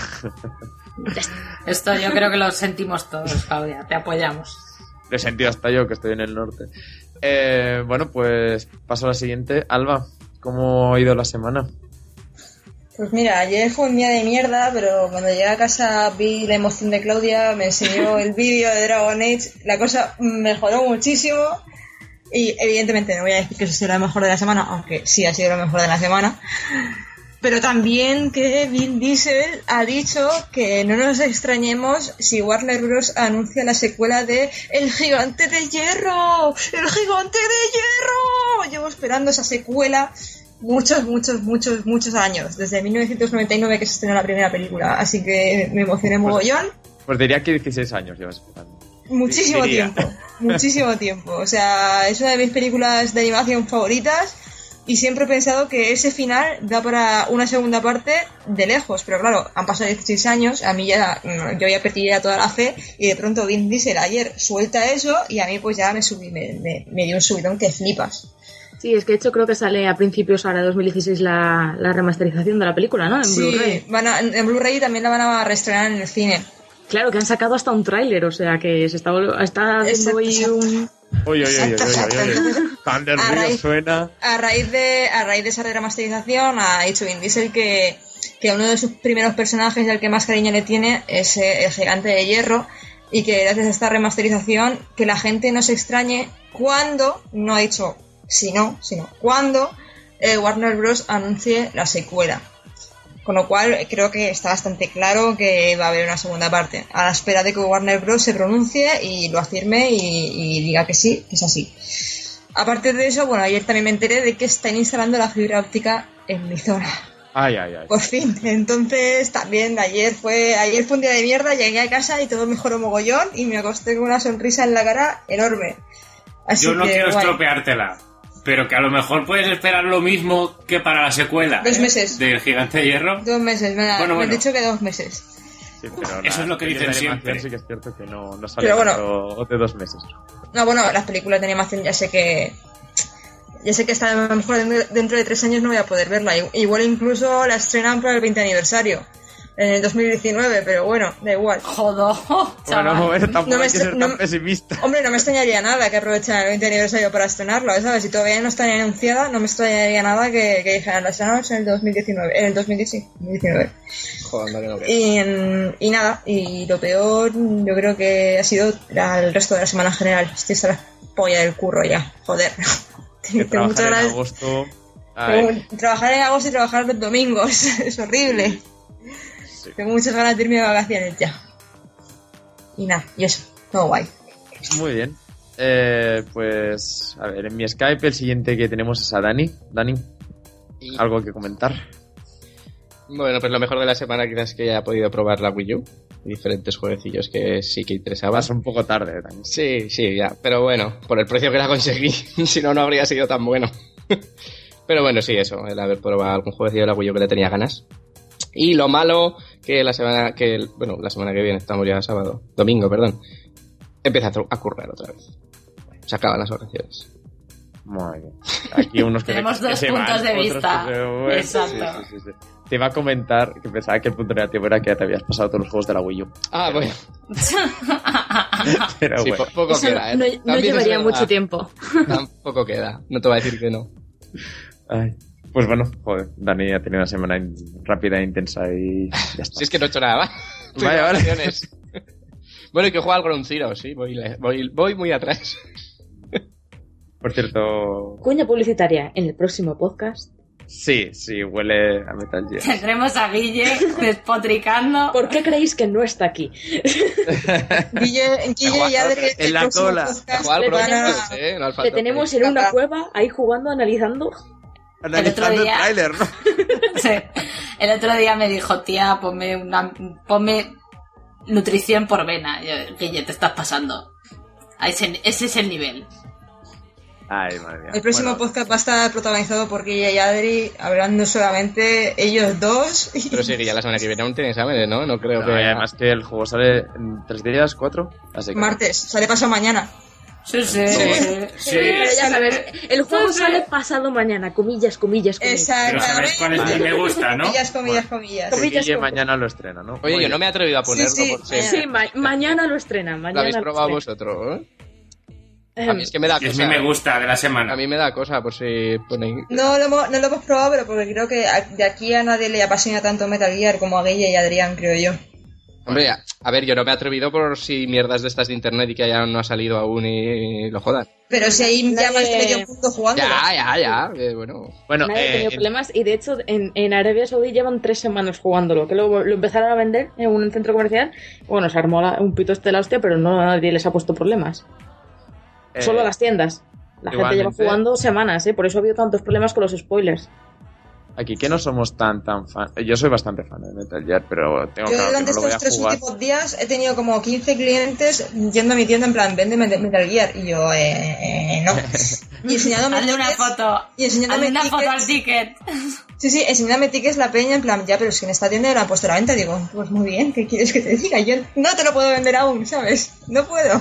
Esto yo creo que lo sentimos todos, Claudia, te apoyamos. Lo he sentido hasta yo, que estoy en el norte. Bueno, pues paso a la siguiente. Alba, ¿cómo ha ido la semana? Pues mira, ayer fue un día de mierda, pero cuando llegué a casa vi la emoción de Claudia, me enseñó el vídeo de Dragon Age, la cosa mejoró muchísimo. Y evidentemente no voy a decir que eso sea lo mejor de la semana, aunque sí ha sido lo mejor de la semana. Pero también que Vin Diesel ha dicho que no nos extrañemos si Warner Bros. Anuncia la secuela de El Gigante de Hierro. ¡El Gigante de Hierro! Llevo esperando esa secuela muchos años. Desde 1999 que se estrenó la primera película. Así que me emocioné mogollón. Pues diría que 16 años llevas esperando. Muchísimo tiempo. O sea, es una de mis películas de animación favoritas y siempre he pensado que ese final da para una segunda parte de lejos, pero claro, han pasado 16 años, a mí ya, yo ya perdí ya toda la fe y de pronto Vin Diesel ayer suelta eso y a mí pues ya me dio un subidón que flipas. Sí, es que de hecho creo que sale a principios ahora de 2016 la remasterización de la película, ¿no? En Blu-ray. En Blu-ray también la van a reestrenar en el cine. Claro, que han sacado hasta un tráiler, o sea que se está haciendo ahí un... Uy. Thunder Río suena. A raíz de esa remasterización ha dicho Vin Diesel que uno de sus primeros personajes, el que más cariño le tiene, es el Gigante de Hierro, y que gracias a esta remasterización que la gente no se extrañe cuando, no ha dicho si no, sino cuando Warner Bros. Anuncie la secuela. Con lo cual creo que está bastante claro que va a haber una segunda parte, a la espera de que Warner Bros. Se pronuncie y lo afirme y diga que sí, que es así. Aparte de eso, bueno, ayer también me enteré de que están instalando la fibra óptica en mi zona. Ay. Por fin. Entonces también ayer fue un día de mierda, llegué a casa y todo mejoró mogollón y me acosté con una sonrisa en la cara enorme. Así Yo no que, quiero guay. estropeártela, pero que a lo mejor puedes esperar lo mismo que para la secuela. 2 meses. Del Gigante de Hierro. 2 meses, me han dicho que 2 meses. Sí, pero Eso es lo que dicen series de animación siempre. Sí que es cierto que no sale Pero bueno. tanto de 2 meses. No, bueno, las películas de animación ya sé que hasta a lo mejor dentro de 3 años no voy a poder verla. Igual incluso la estrenan para el 20 aniversario. En el 2019, pero bueno, da igual. Jodo, chaval. Bueno, tampoco No me hay que ser estre- tan no- pesimista. Hombre, no me extrañaría nada que aprovecharan el 20 aniversario para estrenarlo, ¿sabes? Si todavía no está ni anunciada, no me extrañaría nada que dijeran, la estrenamos en el 2019. En el 2019. Joder, no, que no veo. Y nada, y lo peor yo creo que ha sido el resto de la semana en general. Estoy hasta la polla del curro ya, joder. Que Tengo muchas trabajar en ganas- agosto. Ay, Trabajar en agosto y trabajar los domingos, es horrible. sí. Tengo muchas ganas de irme de vacaciones ya. Y nada, y eso, todo guay. Muy bien. Pues, a ver, en mi Skype el siguiente que tenemos es a Dani. Dani, ¿algo que comentar? Bueno, pues lo mejor de la semana quizás que haya podido probar la Wii U. Diferentes jueguecillos que sí que interesaban. Vas un poco tarde, Dani. Sí, ya. Pero bueno, por el precio que la conseguí, si no, no habría sido tan bueno. Pero bueno, sí, eso, el haber probado algún jueguecillo de la Wii U que le tenía ganas. Y lo malo, que la semana que viene, estamos ya sábado, domingo, perdón, empieza a currar otra vez. Se acaban las vacaciones. Muy bien. Aquí unos que Tenemos dos se puntos van, de otros vista. que se vuelven. Exacto. Sí. Te iba a comentar que pensaba que el punto negativo era que ya te habías pasado todos los juegos de la Wii U. Ah, bueno. Pero Sí, bueno. poco Eso queda, ¿eh? no También es llevaría verdad. mucho tiempo. Tampoco queda. No te voy a decir que no. Ay. Pues bueno, joder, Dani ha tenido una semana rápida e intensa y ya está. Si es que no he hecho nada más. Estoy de Vale. vacaciones. Bueno, y que juega al Ground Zero, sí. Voy muy atrás. Por cierto, Cuña publicitaria en el próximo podcast. sí, huele a Metal Gear. Tendremos a Guille despotricando. ¿Por qué creéis que no está aquí? Guille y Adri en la cola. Juega al Le Ground tenemos- Zero, no al Le tenemos en una cueva ahí jugando, analizando. Analizando el día- tráiler, ¿no? Sí. El otro día me dijo, tía, ponme nutrición por vena. Y yo, Guille, te estás pasando. Ese es el nivel. Ay, madre mía. El próximo Bueno, podcast va a estar protagonizado por Guille y Adri, hablando solamente ellos dos. Pero sí, que ya la semana que viene aún tiene exámenes, ¿no? No creo no, que... y además que el juego sale en 3 días, 4. Así que... Martes, sale pasado mañana. Sí. Pero ya sabes, el juego Sí. sale pasado mañana, comillas. Pero sabes cuál es mi me gusta, ¿no? Comillas. Que Guille mañana lo estrena, ¿no? Oye, Muy yo no bien. me he atrevido a ponerlo Sí, por sí. si... Sí, mañana lo estrena. ¿Lo habéis probado vosotros? A mí es que me da Es cosa. mi me gusta de la semana. A mí me da cosa por si ponéis... No lo hemos probado, pero porque creo que de aquí a nadie le apasiona tanto Metal Gear como a Guille y Adrián, creo yo. Hombre, a ver, yo no me he atrevido por si mierdas de estas de internet y que ya no ha salido aún y lo jodan. Pero si hay ya más de Nadie- medio mundo jugando. Ya. Bueno. Bueno, Nadie ha tenido problemas y de hecho en Arabia Saudí llevan 3 semanas jugándolo, que luego lo empezaron a vender en un centro comercial. Bueno, se armó un pito de la hostia, pero no nadie les ha puesto problemas. Solo las tiendas. La gente lleva igualmente- jugando semanas, por eso ha habido tantos problemas con los spoilers. aquí que no somos tan fan. Yo soy bastante fan de Metal Gear, pero tengo Yo claro que durante no lo voy estos a 3 jugar. últimos días he tenido como 15 clientes yendo a mi tienda en plan, vende Metal Gear. Y yo, no. Y enseñándome Hazle una tickets- foto. Y enseñándome Hazle una foto tickets. al ticket. Sí, enseñándome tickets la peña en plan, ya, pero es que en esta tienda la han puesto a la venta. Digo, pues muy bien, ¿qué quieres que te diga? Yo no te lo puedo vender aún, ¿sabes? No puedo.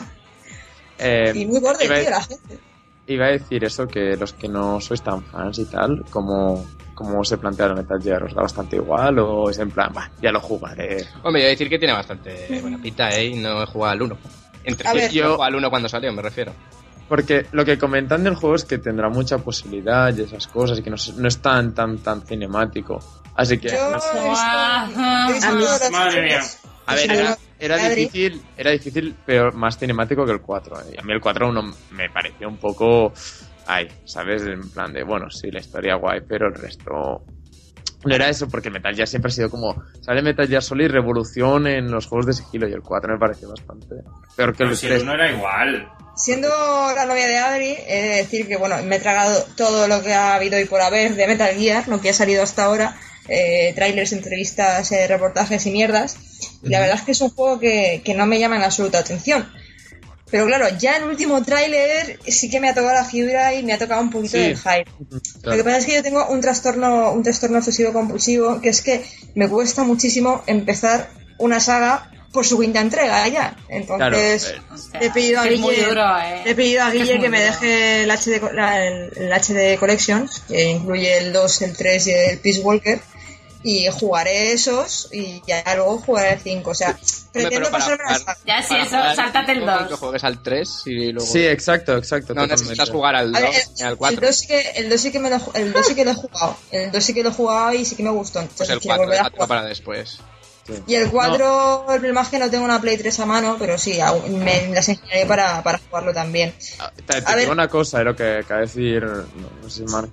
Y muy borde, iba a- tío, la gente. Iba a decir eso, que los que no sois tan fans y tal, como se plantea el Metal Gear, ¿os da bastante igual o es en plan, bah, ya lo jugaré? Hombre, yo voy a decir que tiene bastante buena pinta, y no he jugado al 1. A ver, Yo he jugado al 1 cuando salió, me refiero. Porque lo que comentan del juego es que tendrá mucha posibilidad y esas cosas y que no es tan cinemático. Así que... Yo no sé. he visto todos los Madre mía. A ver, Sí, era Adri. difícil, pero más cinemático que el 4. Y a mí el 4 uno me pareció un poco... Ay, ¿sabes? En plan de, bueno, sí, la historia guay, pero el resto No era eso, porque Metal Gear siempre ha sido como... Sale Metal Gear Solid, revolución en los juegos de sigilo, y el 4 me pareció bastante peor que Pero el si 3. el 1 era igual. Siendo la novia de Adri, he de decir que bueno, me he tragado todo lo que ha habido y por haber de Metal Gear, lo que ha salido hasta ahora, trailers, entrevistas, reportajes y mierdas. Y la verdad es que es un juego que no me llama en absoluta atención. Pero claro, ya el último tráiler sí que me ha tocado la fibra y me ha tocado un poquito del hype. Claro. Lo que pasa es que yo tengo un trastorno obsesivo compulsivo, que es que me cuesta muchísimo empezar una saga por su quinta entrega ya. Entonces le he pedido a Es muy Guille, duro, le he pedido a Es que es Guille muy que me duro. deje el HD Collections, que incluye el 2, el 3 y el Peace Walker. Y jugaré esos y ya luego jugaré el 5. O sea, pretendo pasarme la saga. Ya sí, para eso, jugar sáltate el 2. Que juegues al 3 y luego... Sí, exacto. No totalmente. necesitas jugar al 2 A ver, ni al el 4. 2 sí que lo he jugado. El 2 sí que lo he jugado y sí que me gustó. Pues Entonces el quiero 4, volver a déjatelo jugar. para después. Sí. Y el 4, el problema es que no tengo una Play 3 a mano, pero sí, me las ingeniaré para jugarlo también. Te A ver. digo una cosa, lo que acaba de decir, no sé si Marc,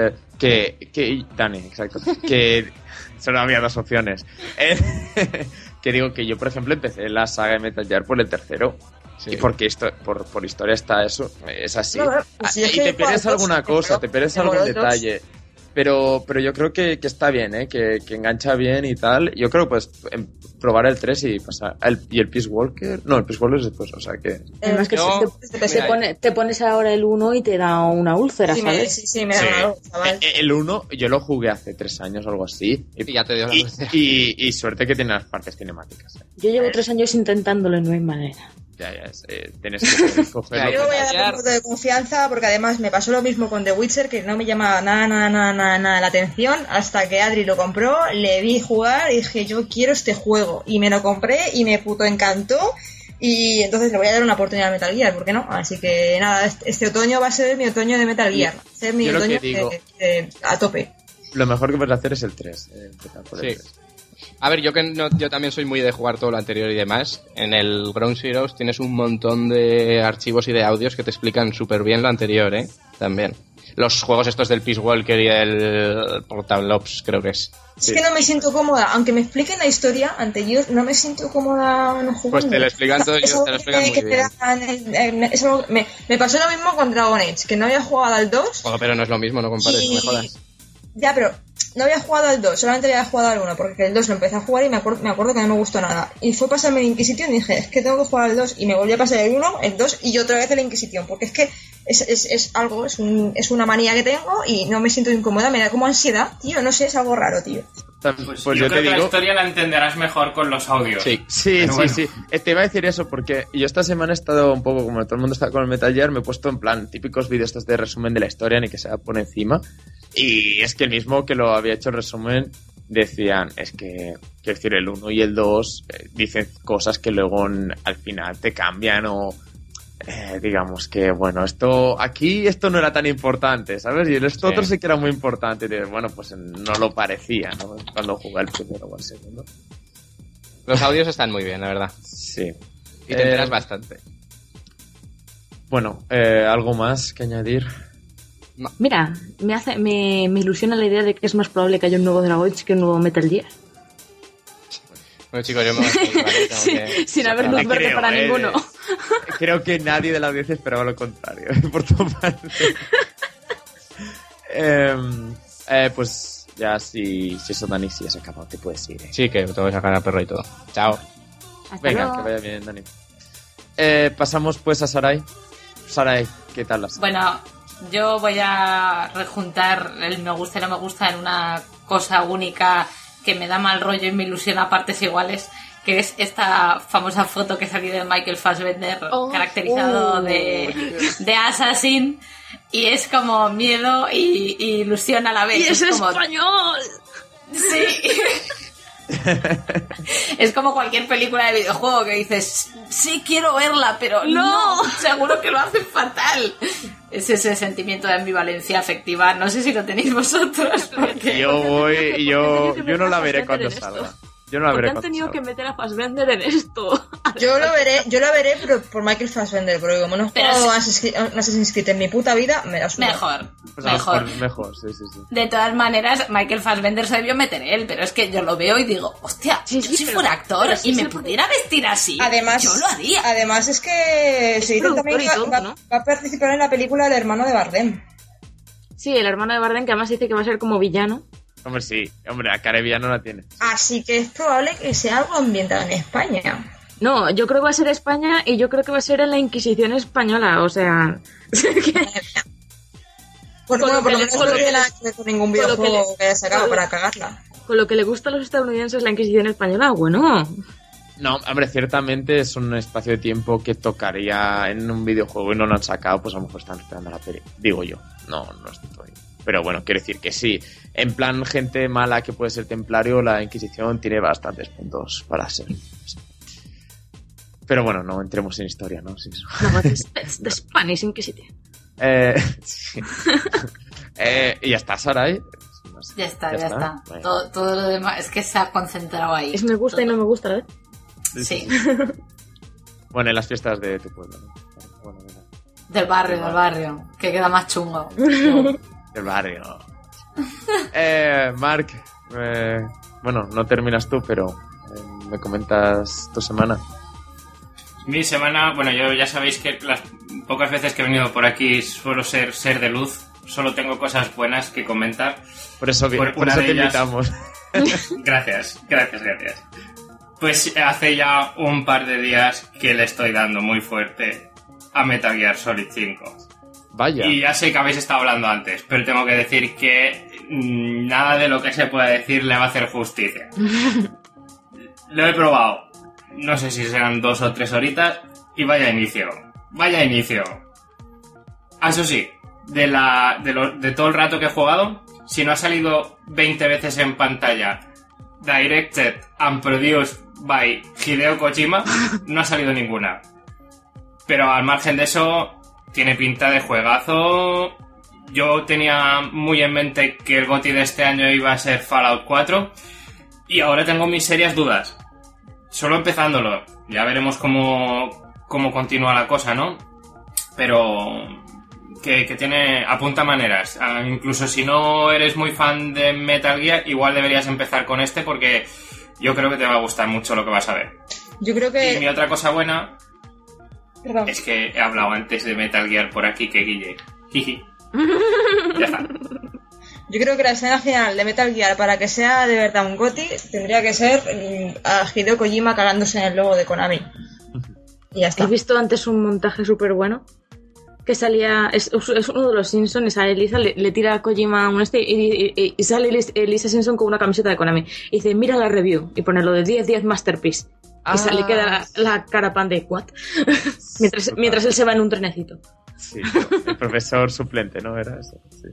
que Dani, exacto, que solo había dos opciones. Que digo que yo, por ejemplo, empecé la saga de Metal Gear por el tercero. Sí. Y porque por historia está eso, es así. No, pues si es Y que te pierdes igual, alguna cosa, te pierdes algún moló el dos. detalle. Pero yo creo que está bien, que engancha bien y tal. Yo creo pues probar el 3 y pasar. Y el Peace Walker. No, el Peace Walker es después, o sea que. Además que Yo- te pones ahora el 1 y te da una úlcera, Sí, ¿sabes? sí, me da algo, chaval. El 1 yo lo jugué hace 3 años o algo así. Y ya te dio la Y, úlcera. y suerte que tiene las partes cinemáticas. Yo llevo 3 años intentándolo y no hay manera. Ya, tienes que cogerlo. Yo voy a dar un voto de confianza porque además me pasó lo mismo con The Witcher, que no me llama nada la atención, hasta que Adri lo compró, le vi jugar y dije, yo quiero este juego, y me lo compré y me puto encantó, y entonces le voy a dar una oportunidad a Metal Gear, ¿por qué no? Así que nada, este otoño va a ser mi otoño de Metal Gear, va a ser mi yo lo que otoño digo- a tope. Lo mejor que puedes hacer es el 3. Empezar por el Sí. 3. A ver, yo también soy muy de jugar todo lo anterior y demás. En el Ground Zeroes tienes un montón de archivos y de audios que te explican súper bien lo anterior, ¿eh? También. Los juegos estos del Peace Walker y el Portable Ops, creo que es. Es que no me siento cómoda, aunque me expliquen la historia ante yo, no me siento cómoda no jugando. Pues te lo explican todo, Es algo te lo explican que muy te bien. dan es algo- me pasó lo mismo con Dragon Age, que no había jugado al 2. Bueno, pero no es lo mismo, no compares, no me jodas. Ya, pero no había jugado al 2, solamente había jugado al 1, porque el 2 lo empecé a jugar y me acuerdo que no me gustó nada. Y fue pasarme el Inquisition y dije, es que tengo que jugar al 2, y me volví a pasar el 1, el 2 y otra vez el Inquisition, porque es que es algo, es una manía que tengo y no me siento incómoda, me da como ansiedad, tío, no sé, es algo raro, tío. Pues Pues yo yo creo te que la digo. historia la entenderás mejor con los audios. Sí. Sí, Pero bueno. sí. Te iba a decir eso porque yo esta semana he estado un poco, como todo el mundo está con el Metal Gear, me he puesto en plan típicos vídeos estos de resumen de la historia, ni que sea por encima. Y es que el mismo que lo había hecho el resumen decían, es que, quiero decir, el 1 y el 2 dicen cosas que luego al final te cambian o digamos que, bueno, esto no era tan importante, ¿sabes? Y esto Sí. otro sí que era muy importante. Y dices, bueno, pues no lo parecía, ¿no? Cuando jugué el primero o el segundo. Los audios están muy bien, la verdad. Sí. Y te enteras bastante. Bueno, ¿algo más que añadir? Mira, me ilusiona la idea de que es más probable que haya un nuevo Dragon Age que un nuevo Metal Gear. Bueno, chicos, yo me voy a ir, ¿vale? Tengo Sí, que- sin haber luz verde para ninguno. Creo que nadie de la audiencia esperaba lo contrario, por tu parte. Pues ya si eso, Dani, si has acabado, te puedes ir. Sí, que tengo que sacar al perro y todo. Chao. Hasta Venga, luego. que vaya bien, Dani. Pasamos pues a Sarai. Sarai, ¿qué tal las? Bueno, yo voy a rejuntar el me gusta y no me gusta en una cosa única que me da mal rollo y me ilusiona a partes iguales, que es esta famosa foto que ha salido de Michael Fassbender caracterizado de Assassin, y es como miedo y ilusión a la vez. ¡Y es como, español! sí. Es como cualquier película de videojuego que dices, sí quiero verla, pero no, seguro que lo hacen fatal. Es ese sentimiento de ambivalencia afectiva. No sé si lo tenéis vosotros. Porque... Yo no la veré cuando salga. Yo no la ¿Por veré. qué han tenido que meter a Fassbender en esto? Yo la veré, pero por Michael Fassbender, porque como no he jugado Assassin's Creed en mi puta vida, me la suda. Mejor, sí. De todas maneras, Michael Fassbender se debió meter él, pero es que yo lo veo y digo, hostia, yo si fuera actor y me pudiera vestir así, además, yo lo haría. Además es que se dice también que va a participar en la película El hermano de Bardem. Sí, el hermano de Bardem, que además dice que va a ser como villano. Hombre, sí. Hombre, la cara de villano la tiene. Así que es probable que sea algo ambientado en España. No, yo creo que va a ser España y yo creo que va a ser en la Inquisición española, o sea... Por lo menos no tiene nada que ver con ningún videojuego que haya sacado para cagarla. Con lo que le gusta a los estadounidenses la Inquisición española, bueno... No, hombre, ciertamente es un espacio de tiempo que tocaría en un videojuego y no lo han sacado, pues a lo mejor están esperando la peli. Digo yo, no estoy... Pero bueno, quiero decir que sí. En plan, gente mala que puede ser templario, la Inquisición tiene bastantes puntos para ser. Sí. Pero bueno, no entremos en historia, ¿no? Sí, eso. No, it's the Spanish Inquisition. Sí. Y ya está, Sarai. No sé, ya está. Bueno. Todo lo demás es que se ha concentrado ahí. Es me gusta y no me gusta, ¿ves? Sí. Bueno, en las fiestas de tu pueblo, ¿no? Bueno. Del barrio, que queda más chungo. Del barrio. Marc, bueno, no terminas tú, pero me comentas tu semana. Mi semana, bueno, yo ya sabéis que las pocas veces que he venido por aquí suelo ser de luz. Solo tengo cosas buenas que comentar. Por eso te invitamos. Gracias. Pues hace ya un par de días que le estoy dando muy fuerte a Metal Gear Solid 5. Vaya. Y ya sé que habéis estado hablando antes, pero tengo que decir que nada de lo que se pueda decir le va a hacer justicia. Lo he probado. No sé si serán 2 o 3 horitas y vaya inicio. Eso sí, de todo el rato que he jugado, si no ha salido 20 veces en pantalla Directed and Produced by Hideo Kojima, no ha salido ninguna. Pero al margen de eso, tiene pinta de juegazo. Yo tenía muy en mente que el GOTY de este año iba a ser Fallout 4 y ahora tengo mis serias dudas. Solo empezándolo, ya veremos cómo continúa la cosa, ¿no? Pero que apunta maneras. Incluso si no eres muy fan de Metal Gear, igual deberías empezar con este porque yo creo que te va a gustar mucho lo que vas a ver. Yo creo que... Y mi otra cosa buena... Perdón. Es que he hablado antes de Metal Gear por aquí que Guille. Jiji. Ya está. Yo creo que la escena final de Metal Gear, para que sea de verdad un GOTY, tendría que ser a Hideo Kojima cagándose en el logo de Konami. Y ya está. He visto antes un montaje súper bueno que salía, es uno de los Simpsons, y sale Lisa, le tira a Kojima un y sale Lisa Simpson con una camiseta de Konami y dice, mira la review, y pone lo de 10 Masterpiece. Y sale, queda la cara pan de what mientras él se va en un trenecito. Sí, el profesor suplente, ¿no? Era eso, sí.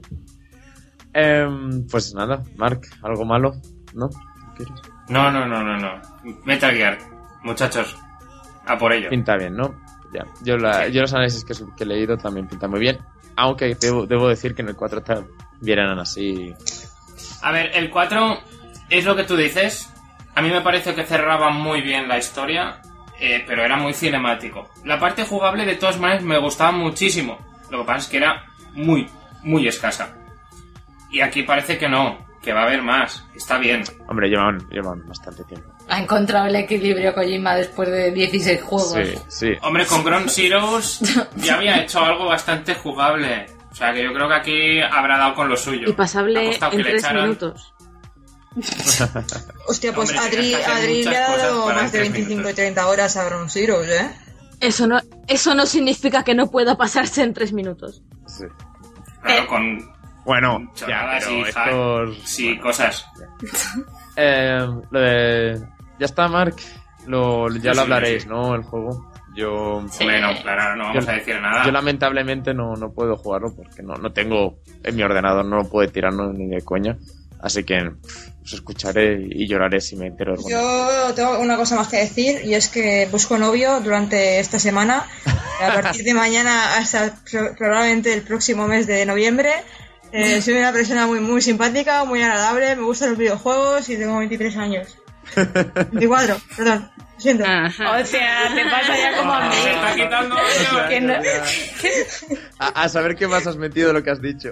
Pues nada, Marc, ¿algo malo? ¿No? ¿Quieres? No. Metal Gear, muchachos, a por ello. Pinta bien, ¿no? Ya. Yo los análisis que he leído también pintan muy bien. Aunque debo decir que en el 4 también eran así. A ver, el 4 es lo que tú dices. A mí me parece que cerraba muy bien la historia, pero era muy cinemático. La parte jugable, de todas maneras, me gustaba muchísimo. Lo que pasa es que era muy, muy escasa. Y aquí parece que no, que va a haber más. Está bien. Hombre, llevan bastante tiempo. Ha encontrado el equilibrio Kojima después de 16 juegos. Sí. Hombre, con Ground Zeroes ya había hecho algo bastante jugable. O sea, que yo creo que aquí habrá dado con lo suyo. Y pasable en 3 minutos. Hostia, pues hombre, Adri le ha dado más de 25 y 30 horas a Ground Zeroes, ¿eh? Eso no significa que no pueda pasarse en 3 minutos. Sí. Claro, con... Bueno, ya, pero estos... Sí, cosas. Lo de... Ya está, Marc. Ya lo hablaréis, sí. ¿no? El juego. Yo... Sí. Bueno, claro, no vamos a decir nada. Yo lamentablemente no puedo jugarlo porque no tengo... En mi ordenador no lo puedo tirar ni de coña. Así que os escucharé y lloraré si me entero. Yo tengo una cosa más que decir, y es que busco novio durante esta semana. A partir de mañana hasta probablemente el próximo mes de noviembre. Soy una persona muy, muy simpática, muy agradable, me gustan los videojuegos y tengo 23 años. 24, perdón. Lo siento. Ajá. O sea, te pasa ya como a mí. Se está quitando. Que no- A saber qué más has metido de lo que has dicho.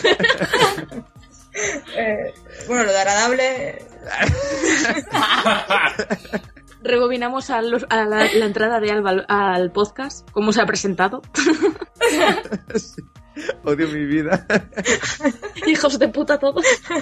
Bueno, lo de agradable. Rebobinamos a la entrada de Alba al podcast, cómo se ha presentado. Sí. Odio mi vida. Hijos de puta todos.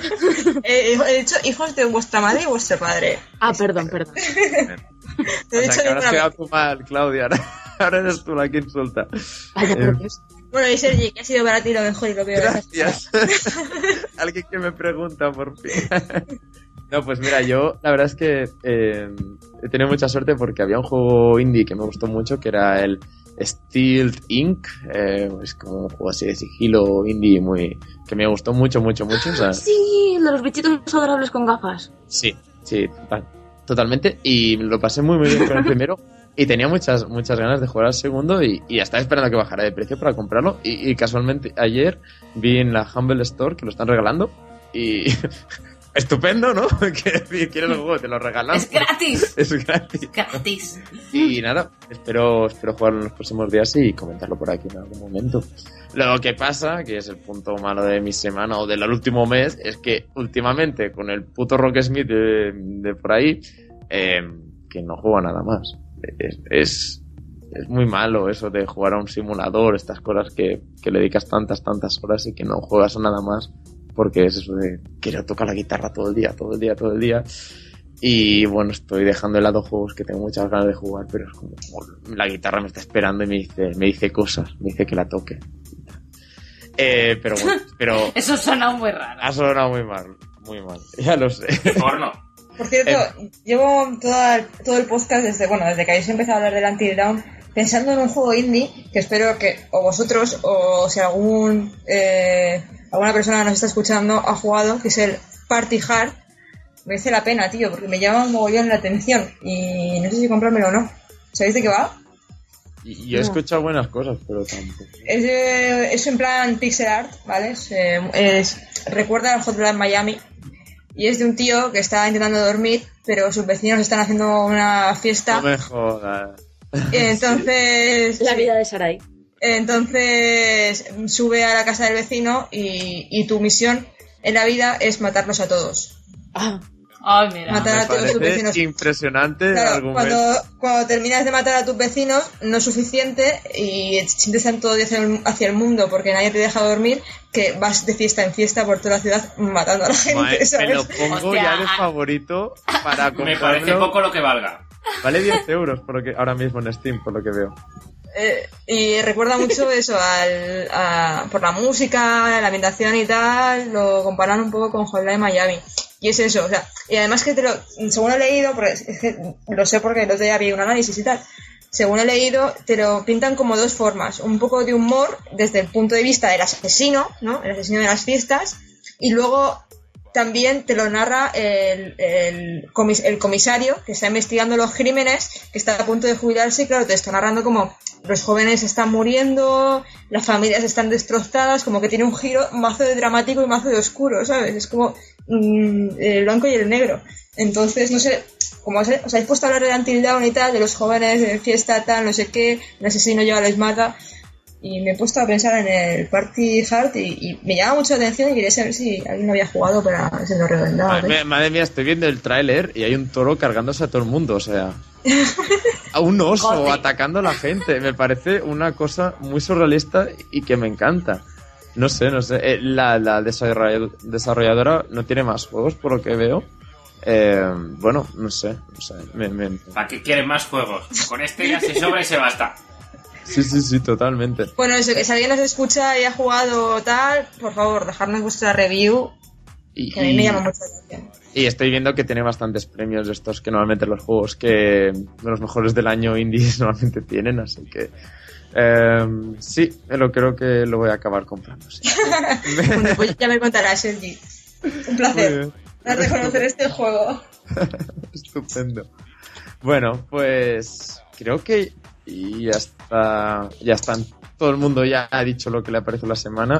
He dicho hijos de vuestra madre y vuestro padre. Ah, perdón. Te he O dicho sea, que ahora has ninguna quedado vez. tú mal, Claudia. Ahora eres tú la que insulta. Vaya, por Dios. Bueno, y Sergi, que ha sido para ti lo mejor y lo peor. Gracias. Alguien que me pregunta, por fin. No, pues mira, yo la verdad es que he tenido mucha suerte porque había un juego indie que me gustó mucho, que era el Stealth Inc. Es como un juego así de sigilo indie que me gustó mucho. O sea, Sí, el de los bichitos adorables con gafas. sí, totalmente. Y lo pasé muy bien con el primero. Y tenía muchas ganas de jugar al segundo y estaba esperando a que bajara de precio para comprarlo. Y casualmente ayer vi en la Humble Store que lo están regalando. Y estupendo, ¿no? ¿Quieres el juego? Te lo regalan. Es gratis. Es gratis. Es gratis. Y nada, espero jugarlo en los próximos días y comentarlo por aquí en algún momento. Lo que pasa, que es el punto malo de mi semana o del último mes, es que últimamente con el puto Rocksmith de por ahí, que no juego a nada más. Es muy malo eso de jugar a un simulador, estas cosas que le dedicas tantas horas y que no juegas a nada más, porque es eso de quiero tocar la guitarra todo el día. Y bueno, estoy dejando de lado juegos que tengo muchas ganas de jugar, pero es como la guitarra me está esperando y me dice cosas, me dice que la toque. Pero bueno, Eso suena muy raro. ha sonado muy mal, ya lo sé. Porno. Por cierto, llevo todo el podcast desde que habéis empezado a hablar del Until Dawn pensando en un juego indie que espero que o vosotros o si alguna persona nos está escuchando ha jugado, que es el Party Hard. Merece la pena, tío, porque me llama un mogollón la atención y no sé si comprármelo o no. ¿Sabéis de qué va? Y yo he escuchado buenas cosas, pero tampoco. Es en plan pixel art, ¿vale? Recuerda al Hotline Miami. Y es de un tío que está intentando dormir, pero sus vecinos están haciendo una fiesta. No me jodas. Entonces... La vida de Sarai. Entonces sube a la casa del vecino y tu misión en la vida es matarlos a todos. Ah, Ay, mira. Matar Me a todos tus parece vecinos. impresionante el Claro, argumento. cuando terminas de matar a tus vecinos no es suficiente y sientes tanto odio hacia el mundo porque nadie te deja dormir que vas de fiesta en fiesta por toda la ciudad matando a la gente, Madre, me ¿sabes? lo pongo Hostia, ya de favorito para Me parece comprarlo. poco lo que valga. Vale 10 euros por lo que, ahora mismo en Steam, por lo que veo. Y recuerda mucho eso por la música, la ambientación y tal, lo comparan un poco con Hotline Miami. Y es eso, o sea, y además que según he leído, porque es que lo sé porque el otro día vi un análisis y tal, según he leído, te lo pintan como dos formas, un poco de humor desde el punto de vista del asesino, ¿no? El asesino de las fiestas, y luego también te lo narra el comisario que está investigando los crímenes, que está a punto de jubilarse, y claro, te está narrando como los jóvenes están muriendo, las familias están destrozadas, como que tiene un giro mazo de dramático y mazo de oscuro, ¿sabes? Es como el blanco y el negro. Entonces, no sé, como os habéis puesto a hablar de Until Dawn y tal, de los jóvenes de fiesta, tal, no sé qué, el asesino llega, les mata, y me he puesto a pensar en el Party Hard y me llama mucho la atención y quería saber si alguien lo había jugado para se lo recomendaba. Madre mía, estoy viendo el tráiler y hay un toro cargándose a todo el mundo, o sea... A un oso Joder. atacando a la gente. Me parece una cosa muy surrealista y que me encanta. No sé. La desarrolladora no tiene más juegos, por lo que veo. Bueno, no sé. ¿Para qué quieren más juegos? Con este ya se sobra y se basta. Sí, totalmente. Bueno, eso, que si alguien nos escucha y ha jugado tal, por favor, dejadnos vuestra review, que a mí me llama mucho la atención. Y estoy viendo que tiene bastantes premios de estos que normalmente los juegos que de los mejores del año indies normalmente tienen, así que sí, pero creo que lo voy a acabar comprando. Sí. Bueno, pues ya me contarás, Sergi. Un Muy placer bien. darte a conocer este juego. Estupendo. Bueno, pues creo que ya está. Todo el mundo ya ha dicho lo que le apareció la semana.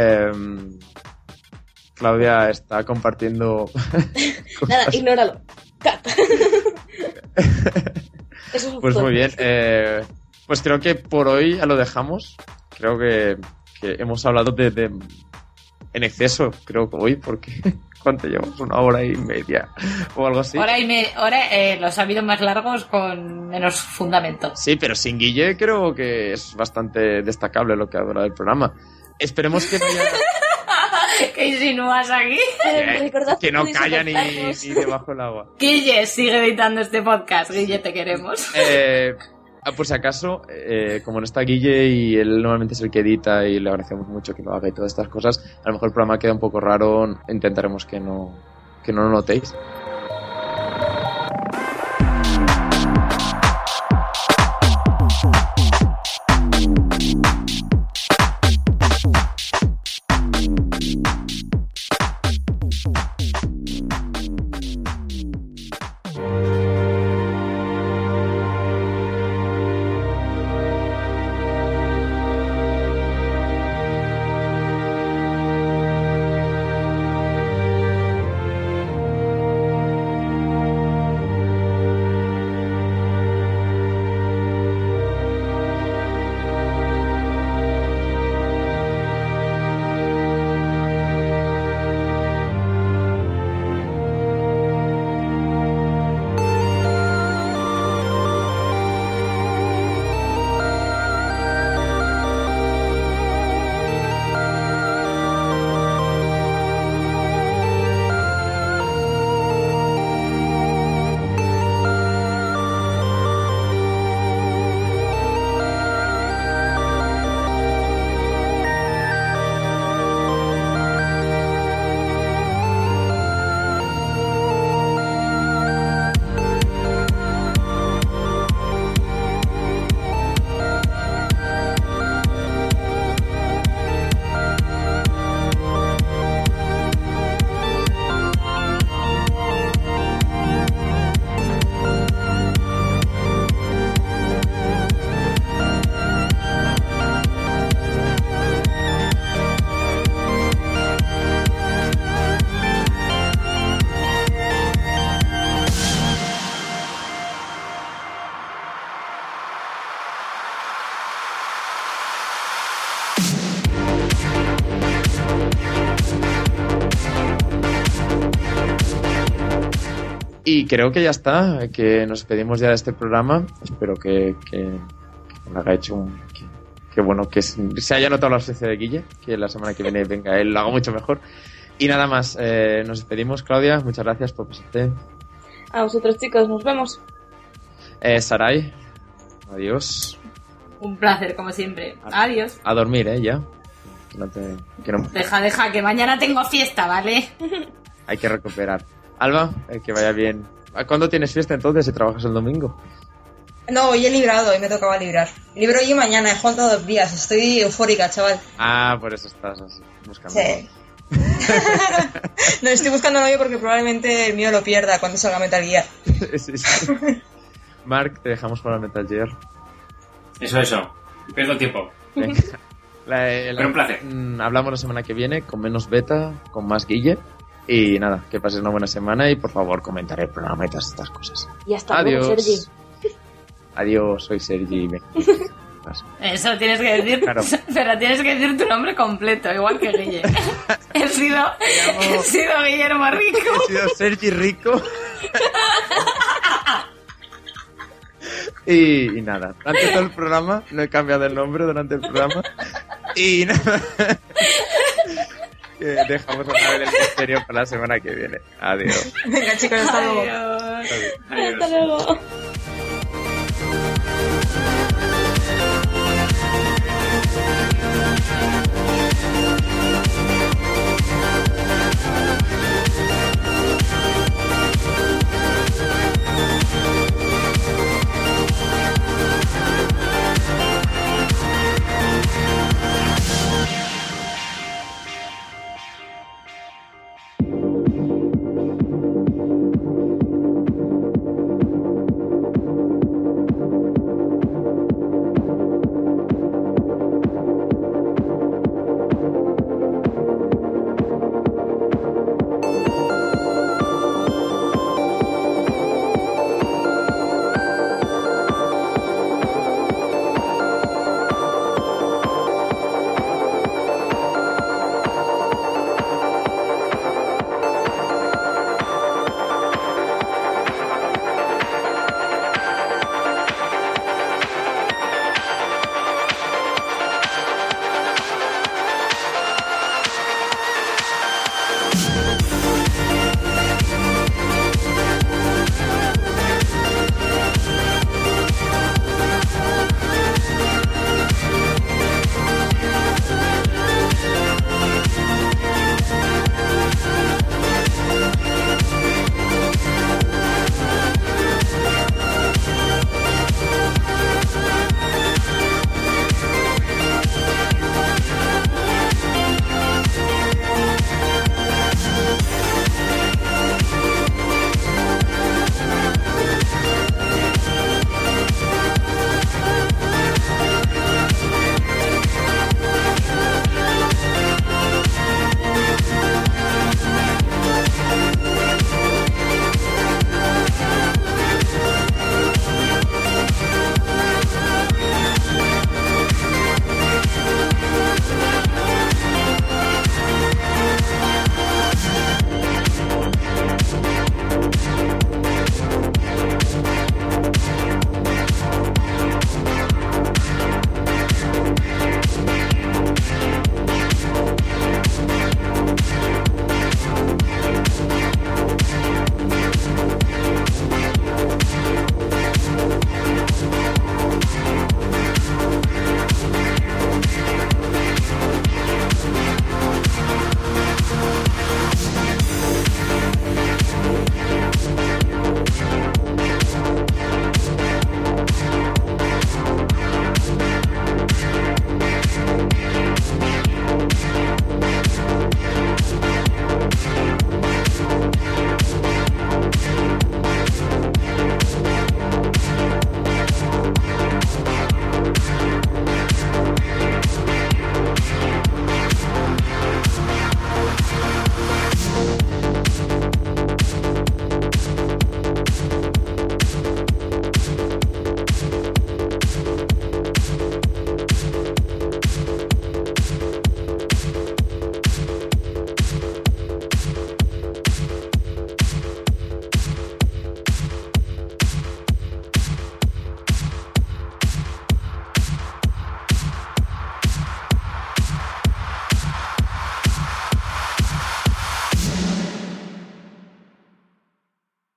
Claudia está compartiendo nada, ignóralo. Eso es Pues muy bien. fuerte. Pues creo que por hoy ya lo dejamos. Creo que hemos hablado de en exceso, creo que hoy, porque ¿cuánto llevamos? 1 hora y media o algo así. Los ha habido más largos con menos fundamento. Sí, pero sin Guille creo que es bastante destacable lo que ha durado el programa. Esperemos que no haya... ¿Qué insinúas aquí? Recordad que no podéis calla ni aceptarnos. debajo del agua. Guille, sigue editando este podcast. Guille, te queremos. Por si acaso, como no está Guille y él normalmente es el que edita y le agradecemos mucho que lo haga y todas estas cosas, a lo mejor el programa queda un poco raro, intentaremos que no lo notéis. Y creo que ya está, que nos despedimos ya de este programa. Espero que lo haga hecho que bueno, que se haya notado la ausencia de Guille, que la semana que viene venga él, lo haga mucho mejor. Y nada más, nos despedimos, Claudia, muchas gracias por pasarte. A vosotros, chicos, nos vemos. Sarai, adiós. Un placer, como siempre. Adiós. A dormir, ya. Que no, Deja, que mañana tengo fiesta, ¿vale? hay que recuperar. Alba, que vaya bien. ¿Cuándo tienes fiesta entonces si trabajas el domingo? No, hoy he librado, hoy me tocaba librar. Libro hoy y mañana, he jugado 2 días, estoy eufórica, chaval. Ah, por eso estás así, buscando. Sí. No, estoy buscando novio porque probablemente el mío lo pierda cuando salga Metal Gear. Sí. Mark, te dejamos con el Metal Gear. Eso. Pierdo tiempo. Venga. Pero un placer. Hablamos la semana que viene con menos beta, con más Guille. Y nada, que pases una buena semana y por favor comentar el programa y todas estas cosas. Y hasta Adiós. luego, Sergi. Adiós, soy Sergi. Eso tienes que decir, Claro. pero tienes que decir tu nombre completo, igual que Guille. He sido Guillermo Rico. He sido Sergi Rico. Y nada, durante todo el programa, no he cambiado el nombre durante el programa. Y nada, que dejamos otra vez el misterio para la semana que viene. Adiós. Venga, chicos, hasta luego. Adiós. Adiós. Hasta luego.